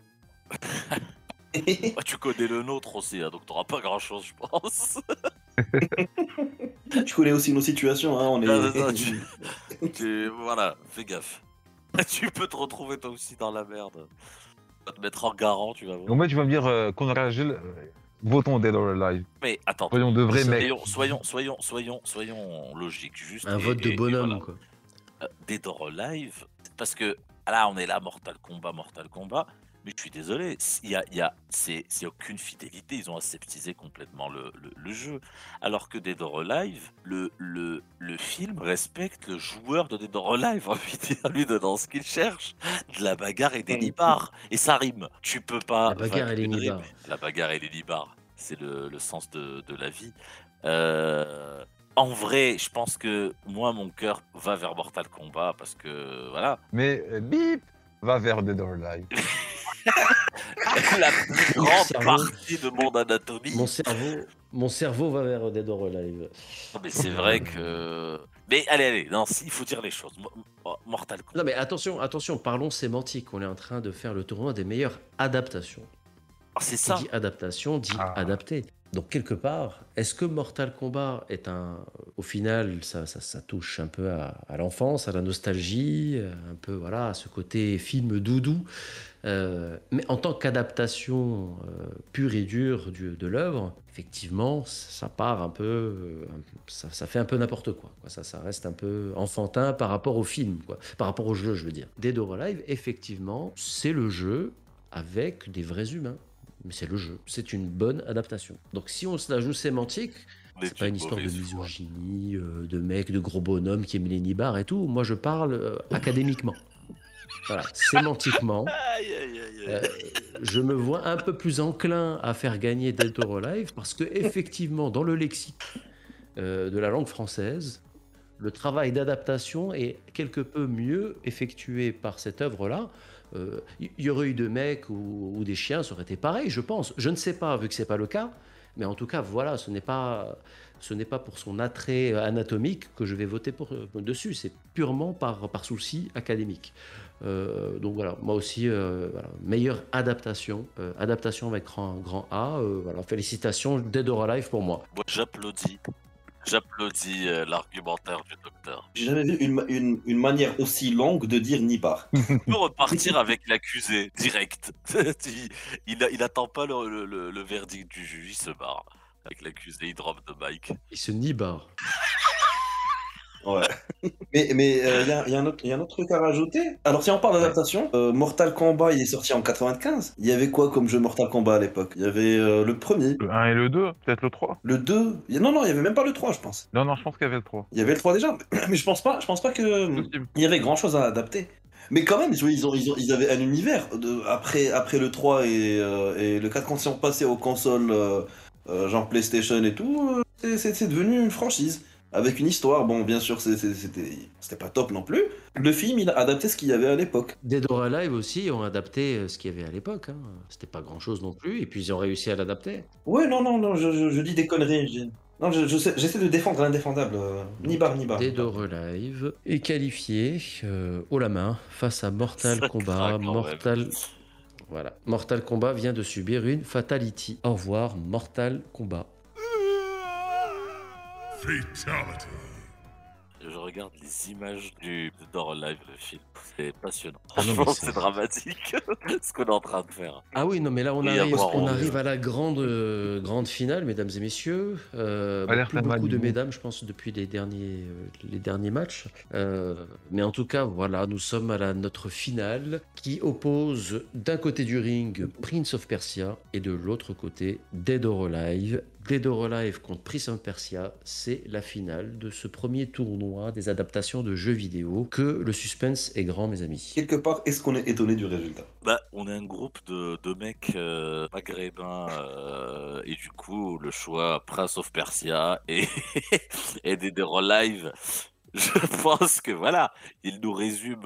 Tu connais le nôtre aussi, hein, donc t'auras pas grand chose, je pense. Tu connais aussi nos situations, hein, on est... Voilà, fais gaffe. Tu peux te retrouver toi aussi dans la merde. Tu vas te mettre en garant, tu vas voir. Donc moi, tu vas me dire, Conrad Gilles, votons Dead or Alive. Mais attends, Soyons de vrais mecs. Soyons logiques, juste. Un vote de bonhomme, voilà. quoi. Dead or Alive, parce que là, on est là, Mortal Kombat. Mais je suis désolé, c'est aucune fidélité, ils ont aseptisé complètement le jeu. Alors que Dead or Alive, le film respecte le joueur de Dead or Alive, envie de dire, lui dedans ce qu'il cherche, de la bagarre et des nibards. Et ça rime, tu peux pas... La bagarre et les nibards. La bagarre et les nibards, c'est le sens de la vie. En vrai, je pense que moi, mon cœur va vers Mortal Kombat, parce que, voilà. Mais bip va vers Dead or Alive. La plus grande partie de mon anatomie. Mon cerveau va vers Dead or Alive. Non, mais c'est vrai que. Mais allez, non, il faut dire les choses. Mortal Kombat. Non mais attention, parlons sémantique. On est en train de faire le tournoi des meilleures adaptations. Alors, c'est ça. Qui dit adaptation, dit adapté. Donc quelque part, est-ce que Mortal Kombat est au final, ça touche un peu à l'enfance, à la nostalgie, un peu voilà, à ce côté film doudou. Mais en tant qu'adaptation pure et dure de l'œuvre, effectivement, ça part un peu, ça fait un peu n'importe quoi. Ça reste un peu enfantin par rapport au film, quoi. Par rapport au jeu, je veux dire. Dead or Alive, effectivement, c'est le jeu avec des vrais humains. Mais c'est le jeu, c'est une bonne adaptation. Donc si on se la joue sémantique, c'est pas une histoire de misogynie, de mecs, de gros bonhommes qui aiment les nibards et tout. Moi je parle académiquement. Voilà, sémantiquement, je me vois un peu plus enclin à faire gagner Dead or Alive parce que effectivement, dans le lexique de la langue française, le travail d'adaptation est quelque peu mieux effectué par cette œuvre-là. Y aurait eu de mecs ou des chiens, ça aurait été pareil, je pense. Je ne sais pas, vu que c'est pas le cas, mais en tout cas, voilà, ce n'est pas pour son attrait anatomique que je vais voter dessus. C'est purement par souci académique. Donc voilà, moi aussi, voilà, meilleure adaptation, adaptation avec grand A. Voilà, félicitations, Dead or Alive pour moi. Moi, J'applaudis l'argumentaire du docteur. J'ai jamais vu une manière aussi longue de dire nibar. On peut repartir avec l'accusé, direct. il attend pas le verdict du juge, il se barre. Avec l'accusé, il drop de mic. Il se nibarre. Ouais. Mais il y a un autre truc à rajouter. Alors si on parle d'adaptation, Mortal Kombat il est sorti en 95. Il y avait quoi comme jeu Mortal Kombat à l'époque? Il y avait le premier. Le 1 et le 2, peut-être le 3. Le 2. Non, il y avait même pas le 3 je pense. Non, je pense qu'il y avait le 3. Il y avait le 3 déjà, mais je pense pas que il y avait grand chose à adapter. Mais quand même, ils avaient un univers. Après le 3 et le 4, quand ils sont passés aux consoles genre PlayStation et tout, c'est devenu une franchise. Avec une histoire. Bon, bien sûr, c'était pas top non plus. Le film, il a adapté ce qu'il y avait à l'époque. Dead or Alive aussi ont adapté ce qu'il y avait à l'époque. Hein. C'était pas grand-chose non plus, et puis ils ont réussi à l'adapter. Ouais, non, je dis des conneries. Non, j'essaie de défendre l'indéfendable. Ni barre, ni barre. Dead or Alive est qualifié haut la main face à Mortal Ça Kombat. craque quand même. Voilà. Mortal Kombat vient de subir une fatality. Au revoir, Mortal Kombat. Fatality. Je regarde les images du Door Live, le film. C'est passionnant. Ah non, Franchement, mais c'est dramatique ce qu'on est en train de faire. Ah oui, non, mais là, on Et avoir arrive à la grande finale, mesdames et messieurs. Alerte Plus à beaucoup de Malibu. mesdames, je pense, depuis les derniers matchs. Mais en tout cas, voilà, nous sommes à notre finale qui oppose d'un côté du ring Prince of Persia et de l'autre côté Dead or Alive. Dead or Alive contre Prince of Persia, c'est la finale de ce premier tournoi des adaptations de jeux vidéo. Que le suspense est grand, mes amis. Quelque part, est-ce qu'on est étonné du résultat? Bah, on est un groupe de mecs maghrébins et du coup, le choix Prince of Persia et, et Dead or Alive, je pense que voilà, il nous résume.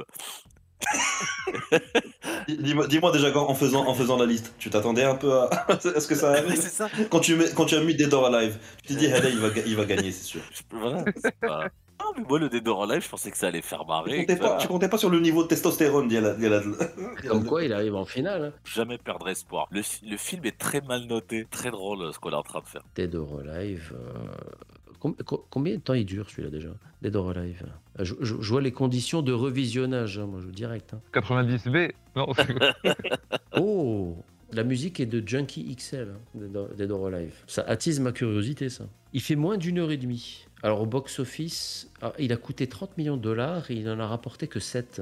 Dis-moi déjà, en faisant la liste, tu t'attendais un peu à ce que ça Ouais, arrive? c'est ça. Quand tu as mis Dead or Alive, tu t'es dit, allez, il va gagner, c'est sûr. Voilà, c'est pas... Non, mais moi, le Dead or Alive, je pensais que ça allait faire marrer. Tu comptais pas sur le niveau de testostérone Comme quoi, il arrive en finale. Hein. Jamais perdre espoir. Le film est très mal noté, très drôle ce qu'on est en train de faire. Dead or Alive. Combien de temps il dure celui-là déjà? Dead or Alive. Je vois les conditions de revisionnage, hein, moi je direct. Hein. 90B. Non. Oh, la musique est de Junkie XL, hein, Dead or Alive. Ça attise ma curiosité, ça. Il fait moins d'1h30. Alors au box-office, il a coûté 30 millions de dollars et il n'en a rapporté que 7.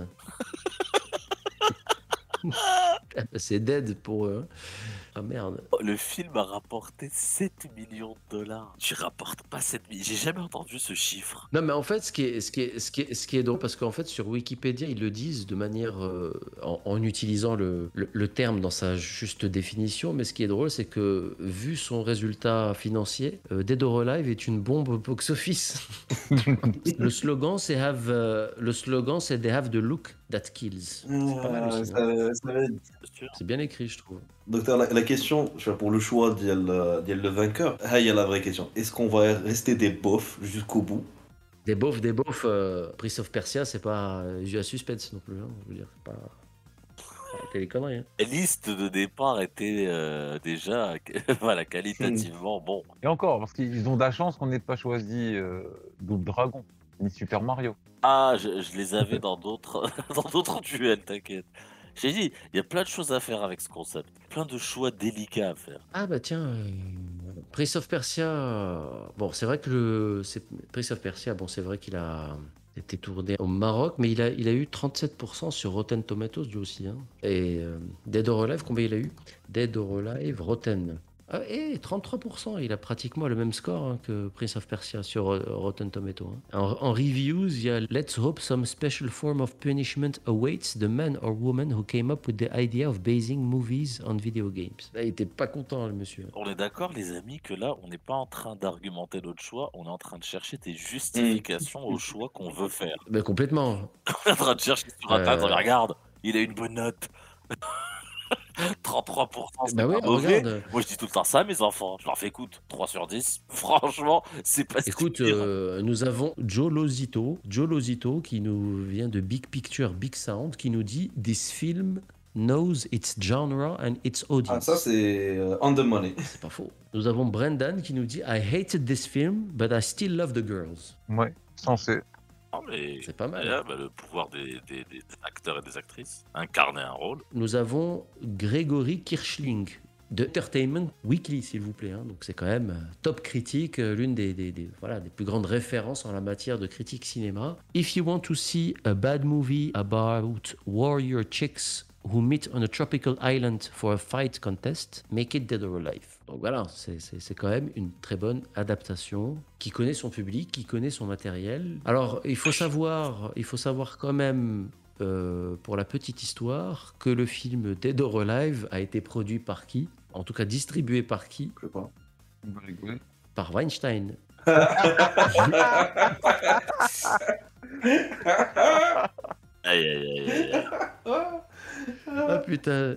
C'est dead pour eux. Hein. Ah merde. Le film a rapporté 7 millions de dollars. Tu rapportes pas 7 millions. J'ai jamais entendu ce chiffre. Non, mais en fait, ce qui est drôle, parce qu'en fait, sur Wikipédia, ils le disent de manière en utilisant le terme dans sa juste définition. Mais ce qui est drôle, c'est que vu son résultat financier, Dead or Alive est une bombe au box-office. Le slogan, c'est They have the look that kills. C'est pas mal aussi, hein. C'est sûr. C'est bien écrit, je trouve. Docteur, la question, je vois, pour le choix d'il y a le vainqueur, il y a la vraie question. Est-ce qu'on va rester des bofs jusqu'au bout? Des beaufs, Prince of Persia, c'est pas à suspense non plus. Hein, je veux dire, c'est pas les conneries. Hein. La liste de départ était déjà voilà, qualitativement bon. Et encore, parce qu'ils ont de la chance qu'on n'ait pas choisi Double Dragon, ni Super Mario. Ah, je les avais dans d'autres dans d'autres duels, t'inquiète. J'ai dit, il y a plein de choses à faire avec ce concept. Plein de choix délicats à faire. Ah bah tiens, Prince of Persia, bon c'est vrai que Prince of Persia, bon c'est vrai qu'il a été tourné au Maroc, mais il a eu 37% sur Rotten Tomatoes lui aussi. Hein. Et Dead or Alive, combien il a eu? Dead or Alive, Rotten. Ah, et 33%, il a pratiquement le même score hein, que Prince of Persia sur Rotten Tomatoes. Hein. En reviews, il y a Let's hope some special form of punishment awaits the man or woman who came up with the idea of basing movies on video games. Là, il était pas content, le monsieur. On est d'accord, les amis, que là, on n'est pas en train d'argumenter notre choix, on est en train de chercher des justifications au choix qu'on veut faire. Mais complètement. On est en train de chercher sur Internet, on regarde, il a une bonne note. 33%, c'est Bah pas ouais, mauvais. regarde. Moi, je dis tout le temps ça à mes enfants. Je leur fais, écoute, 3 sur 10. Franchement, c'est pas Écoute, si pire. nous avons Joe Lozito qui nous vient de Big Picture, Big Sound, qui nous dit « This film knows its genre and its audience ». Ah, ça, c'est on the money. C'est pas faux. Nous avons Brendan qui nous dit « I hated this film, but I still love the girls Ouais, censé. Non, mais C'est pas mal. là, bah, le pouvoir des acteurs et des actrices, incarner un rôle. ». Nous avons Grégory Kirchling de Entertainment Weekly, s'il vous plaît. Hein. Donc c'est quand même top critique, l'une des plus grandes références en la matière de critique cinéma. If you want to see a bad movie about warrior chicks who meet on a tropical island for a fight contest, make it Dead or Alive. Donc voilà, c'est quand même une très bonne adaptation qui connaît son public, qui connaît son matériel. Alors il faut savoir quand même pour la petite histoire, que le film Dead or Alive a été produit par qui? En tout cas distribué par qui? Je sais pas. On va rigoler. Par Weinstein. Aïe, aïe, aïe, aïe. Ah putain.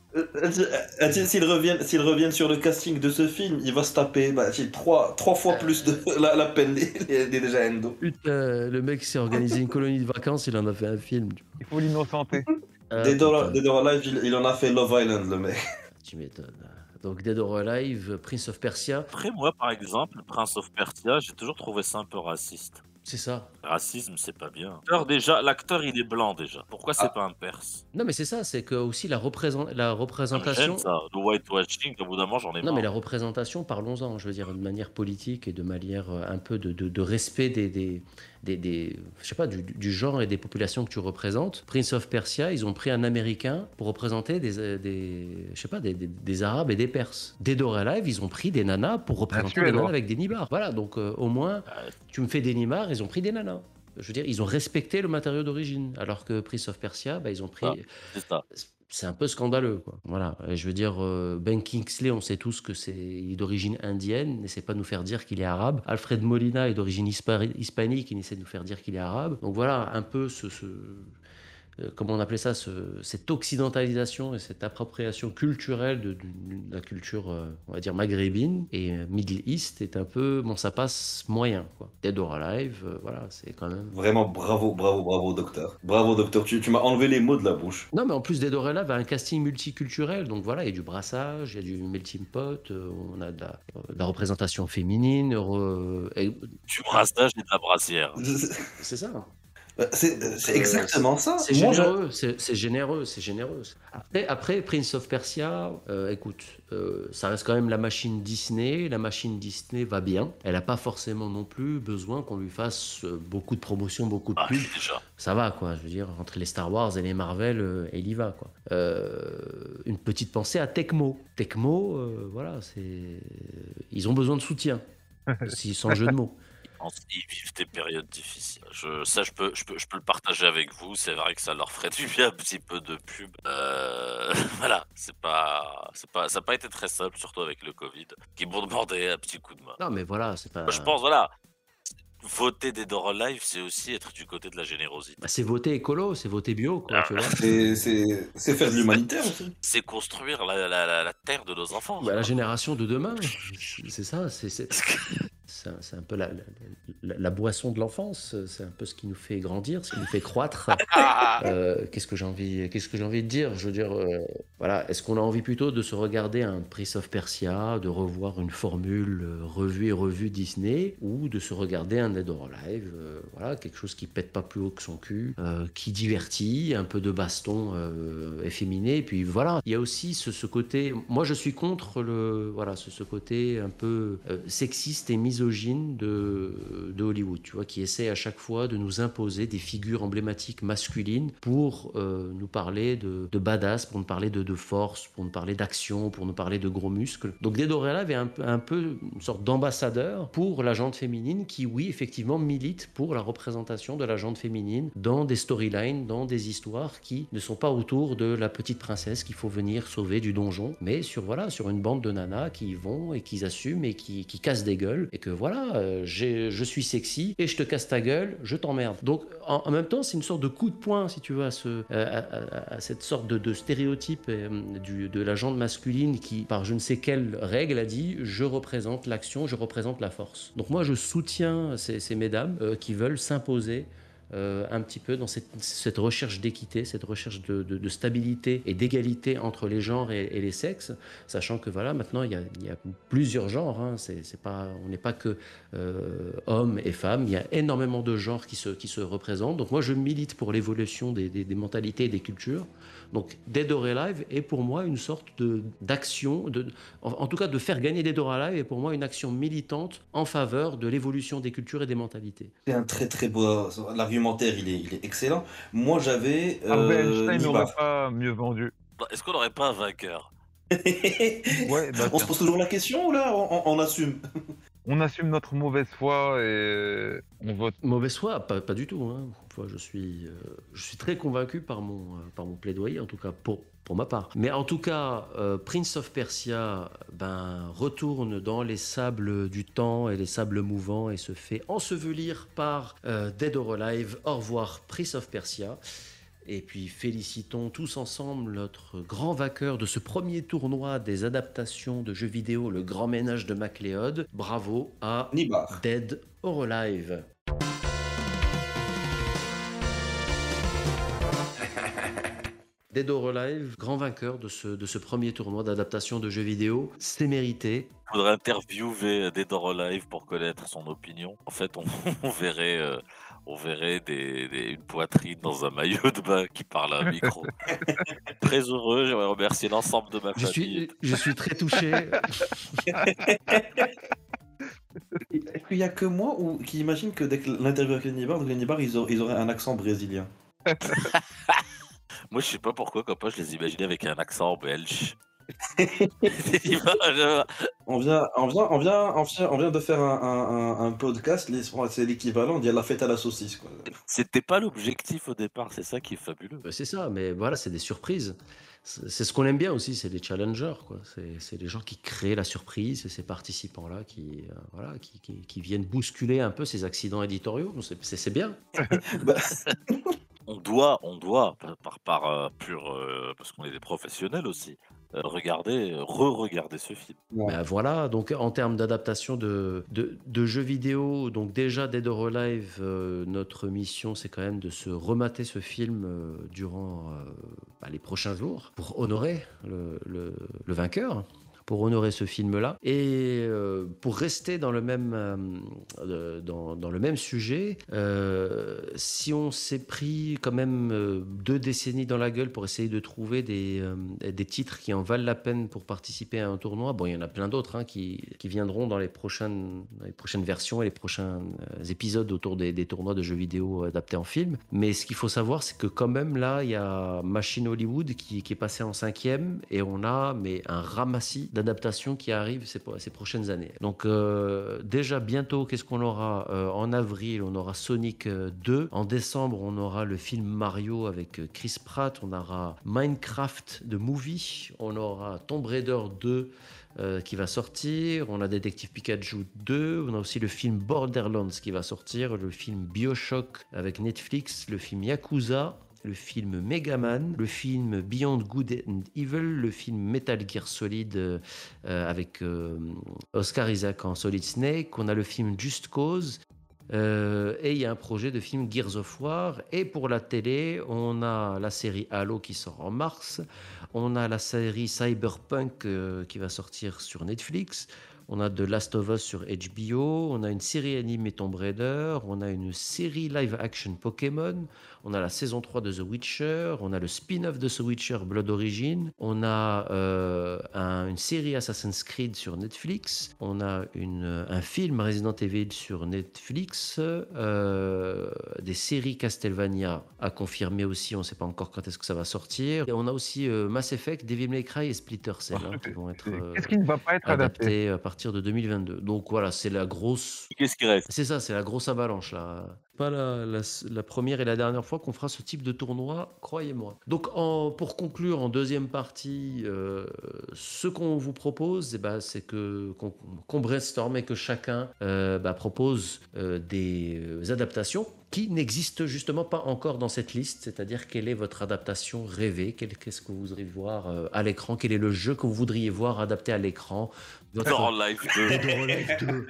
S'ils reviennent sur le casting de ce film, il va se taper trois fois plus de la peine des déjà Endo. Putain, le mec s'est organisé une colonie de vacances, il en a fait un film. Il faut l'innocenter. Ah, Dead or putain, Alive, il en a fait Love Island, le mec. tu m'étonnes. Donc Dead or Alive, Prince of Persia, Après, moi, par exemple, Prince of Persia, j'ai toujours trouvé ça un peu raciste. c'est ça. Racisme, c'est pas bien. L'acteur, il est blanc déjà. Pourquoi c'est pas un Perse? Non mais c'est ça, c'est que aussi la Ça me représentation... gêne, ça. Le whitewashing, au bout d'un moment, j'en ai Non mais la marre. représentation, parlons-en, je veux dire, de manière politique et de manière un peu de respect je sais pas, du genre et des populations que tu représentes. Prince of Persia, ils ont pris un Américain pour représenter je sais pas, des Arabes et des Perses. Dead or Alive, ils ont pris des nanas pour représenter des Suédois. nanas avec des nibards. Voilà, donc au moins, tu me fais des nibards, ils ont pris des nanas. Je veux dire, ils ont respecté le matériau d'origine, alors que Prince of Persia, bah, ils ont pris... Ah, c'est ça. C'est un peu scandaleux, quoi. Voilà. Et je veux dire, Ben Kingsley, on sait tous que il est d'origine indienne. N'essaie pas de nous faire dire qu'il est arabe. Alfred Molina est d'origine hispanique. Il essaie de nous faire dire qu'il est arabe. Donc voilà, un peu comment on appelait ça, cette occidentalisation et cette appropriation culturelle de la culture, on va dire, maghrébine et Middle East est un peu, bon, ça passe moyen, quoi. Dead or Alive, voilà, c'est quand même... Vraiment, bravo, docteur. Bravo, docteur. Tu m'as enlevé les mots de la bouche. Non, mais en plus, Dead or Alive a un casting multiculturel, donc voilà, il y a du brassage, il y a du melting pot, on a de la représentation féminine, Du brassage et de la brassière. c'est ça. C'est exactement ça. C'est Moi, généreux, c'est généreux. Après, Prince of Persia, écoute, ça reste quand même la machine Disney. La machine Disney va bien. Elle n'a pas forcément non plus besoin qu'on lui fasse beaucoup de promotion, beaucoup de Ah, pubs. déjà. Ça va, quoi. Je veux dire, entre les Star Wars et les Marvel, elle y va, quoi. Une petite pensée à Tecmo. Tecmo, voilà, ils ont besoin de soutien, sans jeu de mots. Ils vivent des périodes difficiles. Je peux le partager avec vous. C'est vrai que ça leur ferait du bien un petit peu de pub. Voilà, ça n'a pas été très simple, surtout avec le Covid, qui m'ont demandé un petit coup de main. Non, mais voilà, c'est pas... Moi, je pense, voilà, voter des Dead or Alive, c'est aussi être du côté de la générosité. Bah, c'est voter écolo, c'est voter bio, quoi, tu vois. c'est faire de l'humanitaire aussi. C'est construire la terre de nos enfants. Bah, la génération de demain, c'est ça, c'est un peu la boisson de l'enfance, c'est un peu ce qui nous fait grandir, ce qui nous fait croître. Qu'est-ce que j'ai envie de dire? Je veux dire, voilà, est-ce qu'on a envie plutôt de se regarder un Prince of Persia, de revoir une formule revue et revue Disney, ou de se regarder un Dead or Alive, voilà, quelque chose qui pète pas plus haut que son cul, qui divertit, un peu de baston efféminé, et puis voilà. Il y a aussi ce côté, moi je suis contre ce côté un peu sexiste et misogyne de Hollywood, tu vois, qui essaie à chaque fois de nous imposer des figures emblématiques masculines pour nous parler de badass, pour nous parler de force, pour nous parler d'action, pour nous parler de gros muscles. Donc Dead or Alive est un peu une sorte d'ambassadeur pour la gente féminine qui, oui, effectivement, milite pour la représentation de la gente féminine dans des storylines, dans des histoires qui ne sont pas autour de la petite princesse qu'il faut venir sauver du donjon, mais sur une bande de nanas qui y vont et qui assument et qui cassent des gueules, et que voilà, je suis sexy et je te casse ta gueule, je t'emmerde. Donc en même temps, c'est une sorte de coup de poing, si tu veux, à cette sorte de stéréotype de la gente masculine qui, par je ne sais quelle règle, a dit je représente l'action, je représente la force. Donc moi, je soutiens ces mesdames qui veulent s'imposer un petit peu dans cette recherche d'équité, cette recherche de stabilité et d'égalité entre les genres et les sexes, sachant que voilà, maintenant il y a plusieurs genres, hein, on n'est pas que hommes et femmes, il y a énormément de genres qui se représentent. Donc moi je milite pour l'évolution des mentalités et des cultures. Donc Dead or Alive est pour moi une sorte d'action, en tout cas de faire gagner Dead or Alive est pour moi une action militante en faveur de l'évolution des cultures et des mentalités. C'est un très très beau. L'argumentaire, il est excellent. Moi, j'avais. Harvey Einstein n'aurait Nibar. pas mieux vendu. Est-ce qu'on n'aurait pas un vainqueur? Ouais, bah, On se pose toujours la question ou là on assume? on assume notre mauvaise foi et on vote. Mauvaise foi, pas du tout. Hein. Je suis très convaincu par mon plaidoyer, en tout cas pour ma part. Mais en tout cas, Prince of Persia retourne dans les sables du temps et les sables mouvants et se fait ensevelir par Dead or Alive. Au revoir Prince of Persia. Et puis félicitons tous ensemble notre grand vainqueur de ce premier tournoi des adaptations de jeux vidéo, le grand ménage de MacLeod. Bravo à Nibar. Dead or Alive. Dead or Alive, grand vainqueur de ce premier tournoi d'adaptation de jeux vidéo, c'est mérité. Il faudrait interviewer Dead or Alive pour connaître son opinion. En fait, on verrait une poitrine dans un maillot de bain qui parle à un micro. Très heureux, j'aimerais remercier l'ensemble de ma famille. Je suis très touché. Est-ce qu'il n'y a que moi qui imagine que dès que l'interview avec Lenny Bar, ils auraient un accent brésilien? Moi, je sais pas pourquoi, quand je les imaginais avec un accent belge. On vient de faire un podcast, c'est l'équivalent, il y a la fête à la saucisse, quoi. C'était pas l'objectif au départ, c'est ça qui est fabuleux. C'est ça, mais voilà, c'est des surprises. C'est ce qu'on aime bien aussi, c'est les challengers, quoi. C'est les gens qui créent la surprise, c'est ces participants-là qui viennent bousculer un peu ces accidents éditoriaux. C'est bien. On doit, par pur, parce qu'on est des professionnels aussi, re-regarder ce film. Voilà, donc en termes d'adaptation de jeux vidéo, donc déjà Dead or Alive, notre mission c'est quand même de se remater ce film durant les prochains jours pour honorer le vainqueur. Pour honorer ce film-là. Et pour rester dans le même sujet, si on s'est pris quand même 2 décennies dans la gueule pour essayer de trouver des titres qui en valent la peine pour participer à un tournoi, il y en a plein d'autres qui viendront dans les prochaines versions et les prochains épisodes autour des tournois de jeux vidéo adaptés en film. Mais ce qu'il faut savoir, c'est que quand même là, il y a Machine Hollywood qui est passé en 5e et on a un ramassis d'adaptation qui arrive ces prochaines années. Donc déjà bientôt, qu'est-ce qu'on aura en avril, on aura Sonic 2. En décembre, on aura le film Mario avec Chris Pratt. On aura Minecraft The Movie. On aura Tomb Raider 2 qui va sortir. On a Détective Pikachu 2. On a aussi le film Borderlands qui va sortir. Le film BioShock avec Netflix. Le film Yakuza. Le film Megaman, le film Beyond Good and Evil, le film Metal Gear Solid avec Oscar Isaac en Solid Snake, on a le film Just Cause, et il y a un projet de film Gears of War, et pour la télé, on a la série Halo qui sort en mars, on a la série Cyberpunk qui va sortir sur Netflix, on a The Last of Us sur HBO, on a une série animée Tomb Raider, on a une série live-action Pokémon, on a la saison 3 de The Witcher, on a le spin-off de The Witcher Blood Origin, on a une série Assassin's Creed sur Netflix, on a un film Resident Evil sur Netflix, des séries Castlevania à confirmer aussi, on ne sait pas encore quand est-ce que ça va sortir. Et on a aussi Mass Effect, Devil May Cry et Splinter Cell qui vont être Qu'est-ce qui ne va pas être adaptés à partir de 2022. Donc voilà, c'est la grosse... Qu'est-ce qui reste? C'est ça, c'est la grosse avalanche là. Pas la première et la dernière fois qu'on fera ce type de tournoi, croyez-moi. Donc pour conclure en deuxième partie, ce qu'on vous propose, c'est qu'on brainstorme et que chacun propose des adaptations qui n'existent justement pas encore dans cette liste, c'est-à-dire quelle est votre adaptation rêvée, qu'est-ce que vous voudriez voir à l'écran, quel est le jeu que vous voudriez voir adapté à l'écran. Dead or Alive 2. Dead or Alive 2.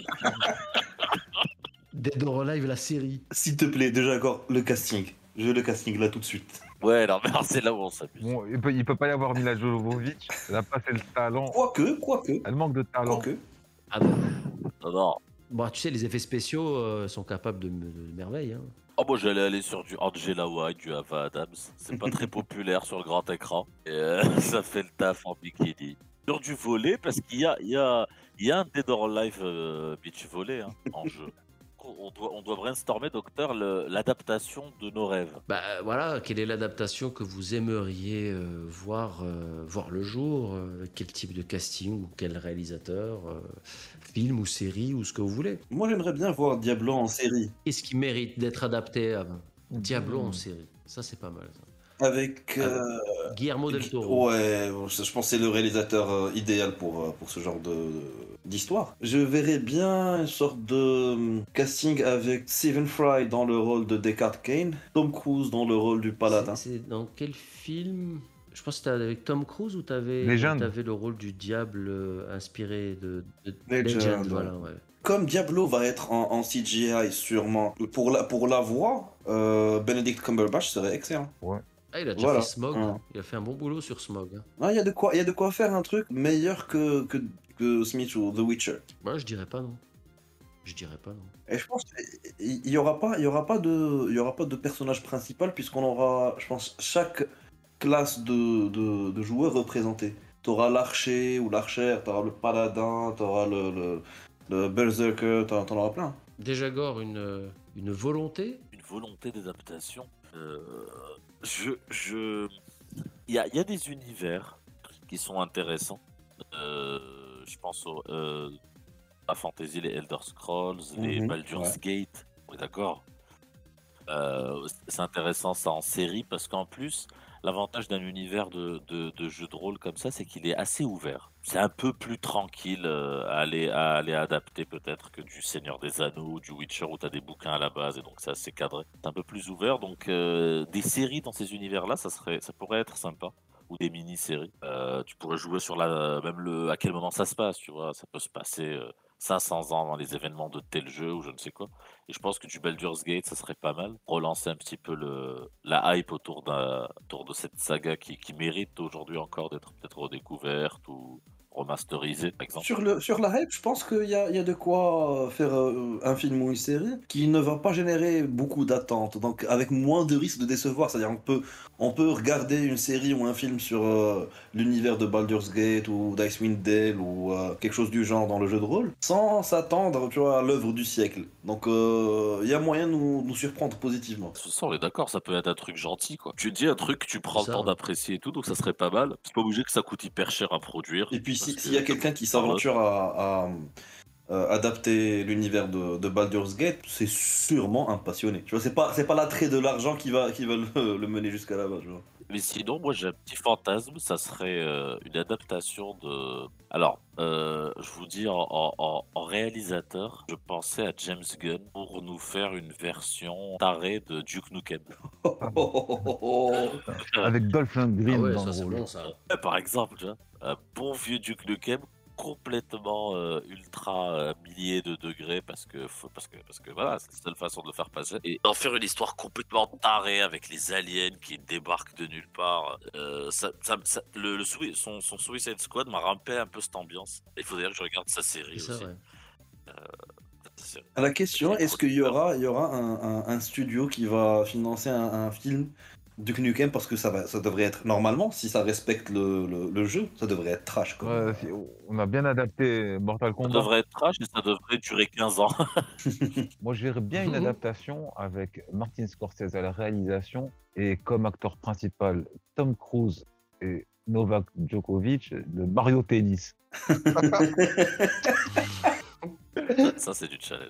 Dead or Alive, la série. S'il te plaît, déjà encore, le casting. Je veux le casting là tout de suite. Ouais, non, mais c'est là où on s'amuse. Bon, il peut pas y avoir Mila Jovovich, elle n'a pas le talent. Quoique. Elle manque de talent. Ah bon. Non. Bon, tu sais, les effets spéciaux sont capables de merveilles. Hein. Oh, moi j'allais aller sur du Angela White, du Ava Adams. C'est pas très populaire sur le grand écran. Et ça fait le taf en bikini. Sur du volley, parce qu'il y a un Dead or Alive beach volley en jeu. on doit brainstormer, docteur, l'adaptation de nos rêves. Bah voilà, quelle est l'adaptation que vous aimeriez voir le jour quel type de casting ou quel réalisateur, film ou série ou ce que vous voulez. Moi, j'aimerais bien voir Diablo en série. Qu'est-ce qui mérite d'être adapté à Diablo en série? Ça, c'est pas mal. Ça. Avec. Guillermo del Toro. Ouais, je pense que c'est le réalisateur idéal pour ce genre d'histoire. Je verrais bien une sorte de casting avec Stephen Fry dans le rôle de Deckard Cain, Tom Cruise dans le rôle du paladin. C'est dans quel film? Je pense que c'était avec Tom Cruise ou t'avais Legend. le rôle du diable inspiré de Legend, voilà, ouais. Comme Diablo va être en CGI sûrement, pour la voix, Benedict Cumberbatch serait excellent. Ah, il a déjà Voilà. fait Smog. Ouais. Il a fait un bon boulot sur Smog. Hein. Ah, il y a de quoi faire un truc meilleur que Smith ou The Witcher. Moi, je dirais pas non. Je dirais pas non. Et je pense qu'il y aura pas de personnage principal puisqu'on aura, je pense, chaque classe de joueurs représentés. T'auras l'archer ou l'archère, t'auras le paladin, t'auras le berserker, t'en auras plein. Déjà Gore, une volonté. Une volonté d'adaptation. Il y a des univers qui sont intéressants. Je pense à Fantasy, les Elder Scrolls, les Baldur's Gate. Oui, d'accord. C'est intéressant ça en série parce qu'en plus, l'avantage d'un univers de jeu de rôle comme ça, c'est qu'il est assez ouvert. C'est un peu plus tranquille à aller adapter peut-être que du Seigneur des Anneaux ou du Witcher où tu as des bouquins à la base et donc c'est assez cadré. C'est un peu plus ouvert, donc des séries dans ces univers-là, ça pourrait être sympa. Ou des mini-séries. Tu pourrais jouer sur à quel moment ça se passe, tu vois. Ça peut se passer 500 ans dans les événements de tel jeu ou je ne sais quoi. Et je pense que du Baldur's Gate, ça serait pas mal. Relancer un petit peu la hype autour de cette saga qui mérite aujourd'hui encore d'être peut-être redécouverte ou remasterisée, par exemple. Sur la hype, je pense qu'il y a de quoi faire un film ou une série qui ne va pas générer beaucoup d'attentes, donc avec moins de risques de décevoir. C'est-à-dire on peut regarder une série ou un film sur l'univers de Baldur's Gate ou d'Icewind Dale ou quelque chose du genre dans le jeu de rôle, sans s'attendre, tu vois, à l'œuvre du siècle. Donc il y a moyen de nous surprendre positivement. De toute façon, on est d'accord, ça peut être un truc gentil, quoi. Tu dis un truc que tu prends le Ça, temps ouais. d'apprécier et tout, donc ça serait pas mal. C'est pas obligé que ça coûte hyper cher à produire. Et puis parce s'il y a que- quelqu'un qui s'aventure à adapter l'univers de Baldur's Gate, c'est sûrement un passionné. Tu vois, c'est pas l'attrait de l'argent qui va le mener jusqu'à là-bas, tu vois. Mais sinon, moi j'ai un petit fantasme, ça serait une adaptation de. Alors, je vous dis en réalisateur, je pensais à James Gunn pour nous faire une version tarée de Duke Nukem. Avec Dolph Lundgren Ah ouais, dans ça le c'est rôle. bon ça. Par exemple, tu vois, un bon vieux Duke Nukem complètement ultra millier de degrés parce que voilà, c'est la seule façon de le faire passer et d'en faire une histoire complètement tarée avec les aliens qui débarquent de nulle part. Son Suicide Squad m'a rappelé un peu cette ambiance. Il faudrait que je regarde sa série C'est ça, aussi. ouais. À la question, est-ce qu'il y aura un studio qui va financer un film Duke Nukem, parce que ça devrait être, normalement, si ça respecte le jeu, ça devrait être trash. Quoi. Ouais, on a bien adapté Mortal Ça Kombat. devrait être trash et ça devrait durer 15 ans. Moi, je verrais bien une adaptation avec Martin Scorsese à la réalisation et comme acteur principal Tom Cruise et Novak Djokovic de Mario Tennis. Ça, c'est du challenge.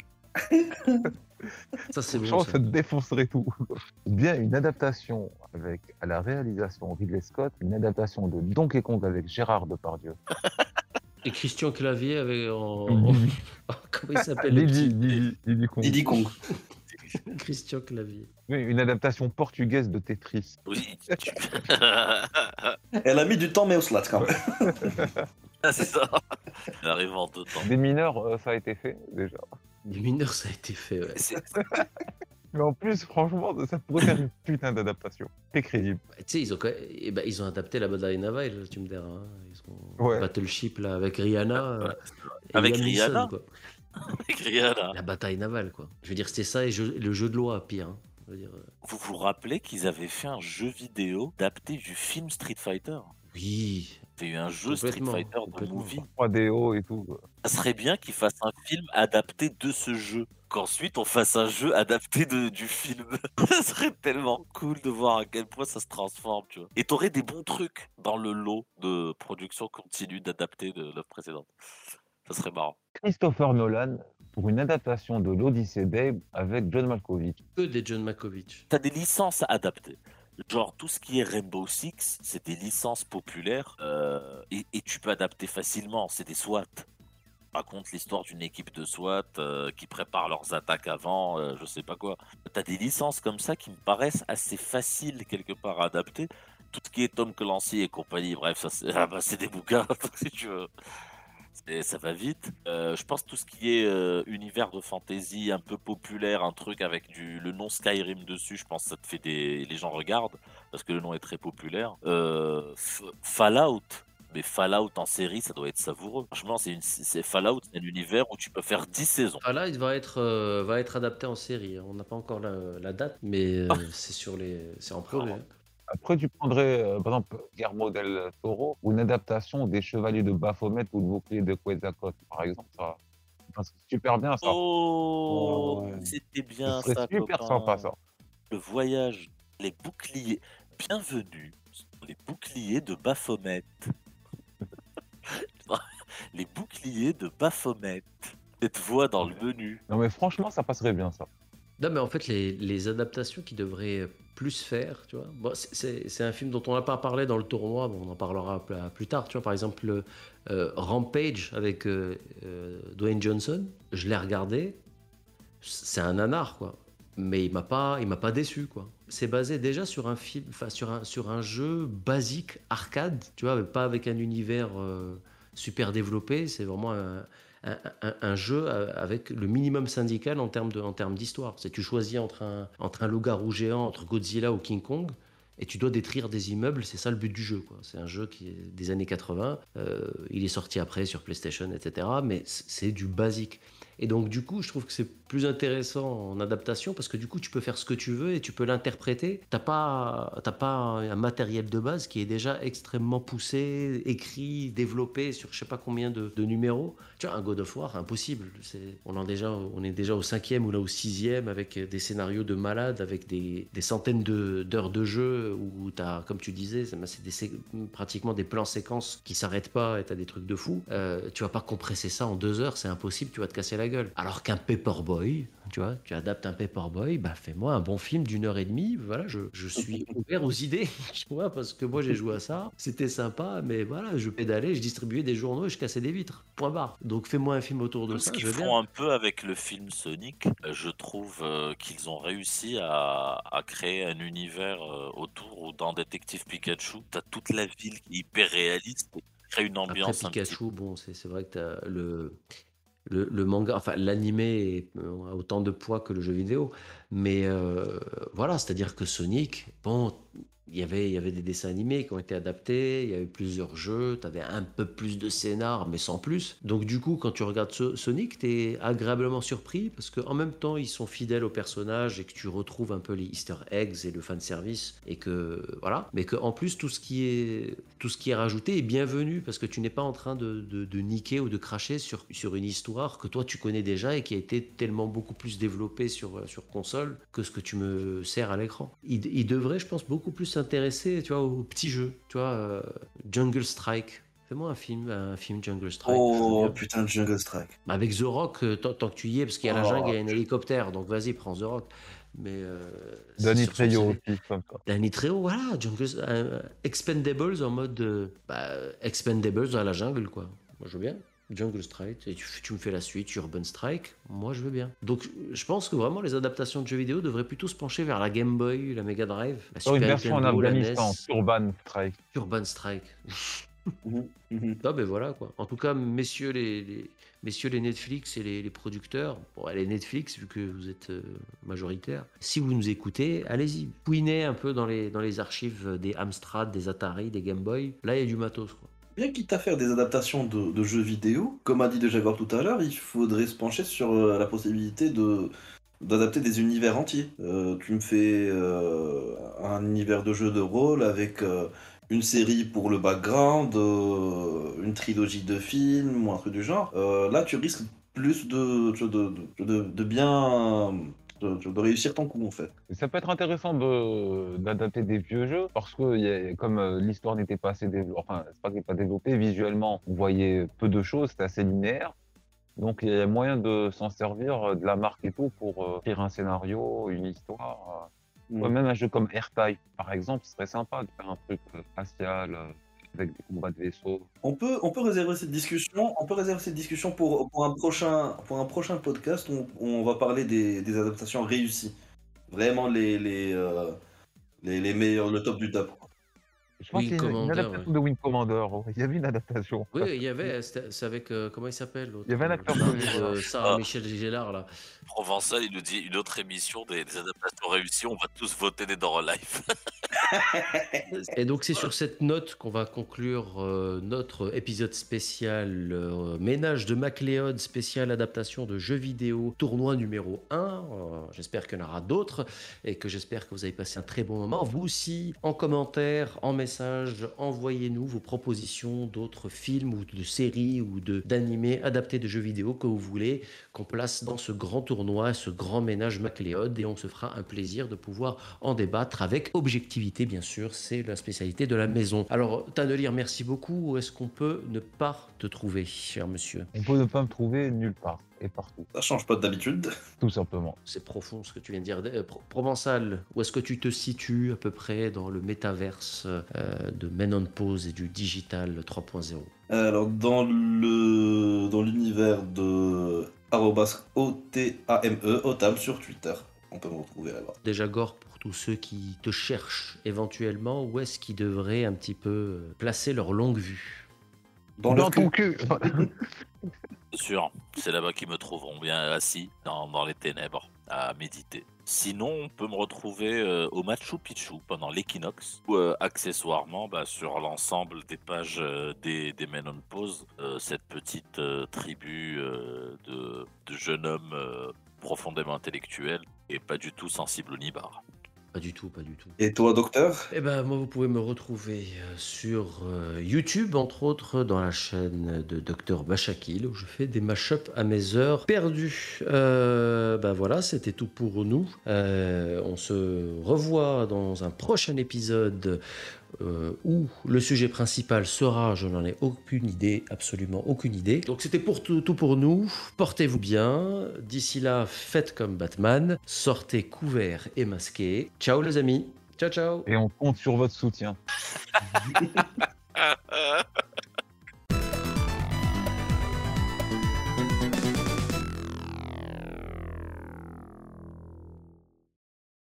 Ça c'est bon. Franchement, Ça. ça défoncerait tout. Bien une adaptation avec à la réalisation Ridley Scott, une adaptation de Donkey Kong avec Gérard Depardieu. Et Christian Clavier avec comment il s'appelle le Diddy Kong. Diddy Kong. petit Christian Clavier. Oui, une adaptation portugaise de Tetris. Oui. Elle a mis du temps, mais au slat quand même. Ah, c'est ça. Elle arrive en 2 temps. Des mineurs, ça a été fait déjà. Les mineurs, ça a été fait. Ouais. Mais en plus, franchement, ça pourrait faire une putain d'adaptation. C'est crédible. Bah, tu sais, ils ont adapté la bataille navale, tu me diras. Hein. Ils ont Ouais. Battleship là, avec Rihanna. Et Avec Liam Neeson, Rihanna quoi. Avec Rihanna. La bataille navale, quoi. Je veux dire, c'était ça et le jeu de loi, pire. Hein. Je veux dire, Vous vous rappelez qu'ils avaient fait un jeu vidéo adapté du film Street Fighter? oui. Il y a eu un jeu Street Complètement, Fighter de complètement. movie. 3DO et tout. Ça serait bien qu'ils fassent un film adapté de ce jeu. qu'ensuite on fasse un jeu adapté du film. Ça serait tellement cool de voir à quel point ça se transforme, tu vois. Et t'aurais des bons trucs dans le lot de production continue d'adapter de l'œuvre précédente. Ça serait marrant. Christopher Nolan pour une adaptation de l'Odyssée d'Abe avec John Malkovich. Que des John Malkovich. T'as des licences à adapter. Genre tout ce qui est Rainbow Six, c'est des licences populaires et tu peux adapter facilement. C'est des SWAT. Raconte l'histoire d'une équipe de SWAT qui prépare leurs attaques avant, je sais pas quoi. T'as des licences comme ça qui me paraissent assez faciles quelque part à adapter. Tout ce qui est Tom Clancy et compagnie, bref, ça c'est des bouquins si tu veux. Ça va vite. Je pense tout ce qui est univers de fantasy un peu populaire, un truc avec le nom Skyrim dessus, je pense que ça te fait les gens regardent parce que le nom est très populaire. Fallout. Mais Fallout en série, ça doit être savoureux. Franchement, c'est Fallout, c'est un univers où tu peux faire 10 saisons. Fallout va être adapté en série. On n'a pas encore la date, mais c'est en projet. Hein. Après, tu prendrais, par exemple, Guillermo del Toro ou une adaptation des Chevaliers de Baphomet ou le Bouclier de Quetzalcoatl, par exemple. Ça c'est super bien, ça. Oh, Ouais. c'était bien C'est ça, super copain. sympa, ça. Le voyage, les boucliers. Bienvenue sur les boucliers de Baphomet. Les boucliers de Baphomet. Cette voix dans le menu. Non, mais franchement, ça passerait bien, ça. Non, mais en fait, les adaptations qui devraient plus faire, tu vois. Bon, c'est un film dont on n'a pas parlé dans le tournoi, mais on en parlera plus tard, tu vois. Par exemple, Rampage avec Dwayne Johnson, je l'ai regardé, c'est un nanar, quoi. Mais il m'a pas déçu, quoi. C'est basé déjà sur un film, enfin sur un jeu basique arcade, tu vois, mais pas avec un univers super développé. C'est vraiment un jeu avec le minimum syndical en termes d'histoire. C'est tu choisis entre un loup-garou géant, entre Godzilla ou King Kong, et tu dois détruire des immeubles. C'est ça le but du jeu, quoi. C'est un jeu qui est des années 80. Il est sorti après sur PlayStation, etc. Mais c'est du basique. Et donc, du coup, je trouve que c'est plus intéressant en adaptation parce que du coup, tu peux faire ce que tu veux et tu peux l'interpréter. T'as pas un matériel de base qui est déjà extrêmement poussé, écrit, développé sur je sais pas combien de numéros. Tu vois, un God of War, impossible. On est déjà au 5e ou là au 6e avec des scénarios de malades, avec des centaines d'heures de jeu où t'as, comme tu disais, c'est pratiquement des plans séquences qui s'arrêtent pas et t'as des trucs de fou. Tu vas pas compresser ça en 2 heures, c'est impossible, tu vas te casser la gueule. Alors qu'un Paperboy, tu vois, tu adaptes un Paperboy, bah fais-moi un bon film d'1 heure et demie. Voilà, je suis ouvert aux idées, tu vois, parce que moi j'ai joué à ça, c'était sympa, mais voilà, je pédalais, je distribuais des journaux et je cassais des vitres. Point barre. Donc fais-moi un film autour de Comme ça. ce qu'ils je veux font bien. un peu avec le film Sonic, je trouve qu'ils ont réussi à créer un univers autour où dans Détective Pikachu, t'as toute la ville qui est hyper réaliste et crée une Après ambiance un petit Pikachu, bon, c'est vrai que t'as le manga, enfin l'animé a autant de poids que le jeu vidéo, mais voilà, c'est-à-dire que Sonic, bon, il y avait des dessins animés qui ont été adaptés, il y avait plusieurs jeux, tu avais un peu plus de scénar, mais sans plus. Donc du coup, quand tu regardes Sonic, tu es agréablement surpris parce qu'en même temps, ils sont fidèles aux personnages et que tu retrouves un peu les Easter eggs et le fanservice et que voilà, mais qu'en plus tout ce qui est rajouté est bienvenu parce que tu n'es pas en train de niquer ou de cracher sur une histoire que toi tu connais déjà et qui a été tellement beaucoup plus développée sur console que ce que tu me sers à l'écran. Il devrait, je pense, beaucoup plus s'intéresser, tu vois, aux petits jeux, tu vois, Jungle Strike. Fais-moi un film Jungle Strike. Oh putain de Jungle Strike. Avec The Rock, tant que tu y es, parce qu'il y a la jungle, il y a un hélicoptère, donc vas-y, prends The Rock. Mais Danny sur son Trejo CV. aussi, comme ça. Danny Trejo, voilà, Expendables en mode Expendables dans la jungle, quoi. Moi, je veux bien. Jungle Strike, et tu me fais la suite, Urban Strike, moi je veux bien. Donc je pense que vraiment les adaptations de jeux vidéo devraient plutôt se pencher vers la Game Boy, la Mega Drive, la Sur une Super version en Nintendo, la Afghanistan, NES, Urban Strike. Urban Strike. Mhm, mhm. Non, mais voilà quoi. En tout cas, messieurs les Netflix et les producteurs, bon, les Netflix, vu que vous êtes majoritaires, si vous nous écoutez, allez-y, fouinez un peu dans les archives des Amstrad, des Atari, des Game Boy. Là, il y a du matos, quoi. Bien quitte à faire des adaptations de jeux vidéo, comme a dit De Jaguar tout à l'heure, il faudrait se pencher sur la possibilité d'adapter des univers entiers. Tu me fais un univers de jeu de rôle avec une série pour le background, une trilogie de films ou un truc du genre. Là, tu risques plus de bien de réussir ton coup en fait. Et ça peut être intéressant d'adapter des vieux jeux parce que comme l'histoire n'était pas assez développée, enfin, c'est pas qu'elle n'est pas développée, visuellement, on voyait peu de choses, c'était assez linéaire. Donc il y a moyen de s'en servir de la marque et tout pour écrire un scénario, une histoire. Ouais, même un jeu comme R-Type, par exemple, ce serait sympa de faire un truc spatial avec des combats de vaisseaux. On peut réserver cette discussion. On peut réserver cette discussion pour un prochain podcast où on va parler des adaptations réussies. Vraiment les meilleurs, le top du top. Je pense Wing qu'il y a une Commander, adaptation de Wing Commander. Ouais. Il y avait une adaptation. Oui, il y avait, c'est avec, comment il s'appelle l'autre, Il y avait un acteur le mari connu, de Sarah Michel Gellar, là. Provençal, il nous dit une autre émission des adaptations réussies, on va tous voter des Dora Life. Et donc c'est sur cette note qu'on va conclure notre épisode spécial ménage de MacLeod, spécial adaptation de jeux vidéo, tournoi numéro 1. J'espère qu'il y en aura d'autres et que j'espère que vous avez passé un très bon moment. Vous aussi, en commentaire, en message, envoyez-nous vos propositions d'autres films ou de séries ou d'animés adaptés de jeux vidéo que vous voulez qu'on place dans ce grand tournoi, ce grand ménage MacLeod, et on se fera un plaisir de pouvoir en débattre avec objectivité, bien sûr, c'est la spécialité de la maison. Alors, Tannelier, merci beaucoup. Où est-ce qu'on peut ne pas te trouver, cher monsieur? On peut ne pas me trouver nulle part et partout, Ça change pas d'habitude. tout simplement. C'est profond ce que tu viens de dire. Provençal, où est-ce que tu te situes à peu près dans le métaverse de Men on Pause et du digital 3.0? Alors dans l'univers de @OTAME, Otam sur Twitter. On peut me retrouver là-bas. Déjà, Gore, pour tous ceux qui te cherchent éventuellement, où est-ce qu'ils devraient un petit peu placer leur longue vue? Dans ton cul. C'est sûr, c'est là-bas qu'ils me trouveront bien assis dans les ténèbres à méditer. Sinon, on peut me retrouver au Machu Picchu pendant l'équinoxe ou accessoirement sur l'ensemble des pages des Men on Pause, cette petite tribu de jeunes hommes profondément intellectuels et pas du tout sensibles au nibar. Pas du tout, pas du tout. Et toi, docteur? Eh ben, moi, vous pouvez me retrouver sur YouTube, entre autres, dans la chaîne de Dr Bachakil, où je fais des mash-ups à mes heures perdues. Voilà, c'était tout pour nous. On se revoit dans un prochain épisode où le sujet principal sera, je n'en ai aucune idée, absolument aucune idée. Donc c'était pour tout pour nous. Portez-vous bien. D'ici là, faites comme Batman. Sortez couverts et masqués. Ciao les amis. Ciao, ciao. Et on compte sur votre soutien.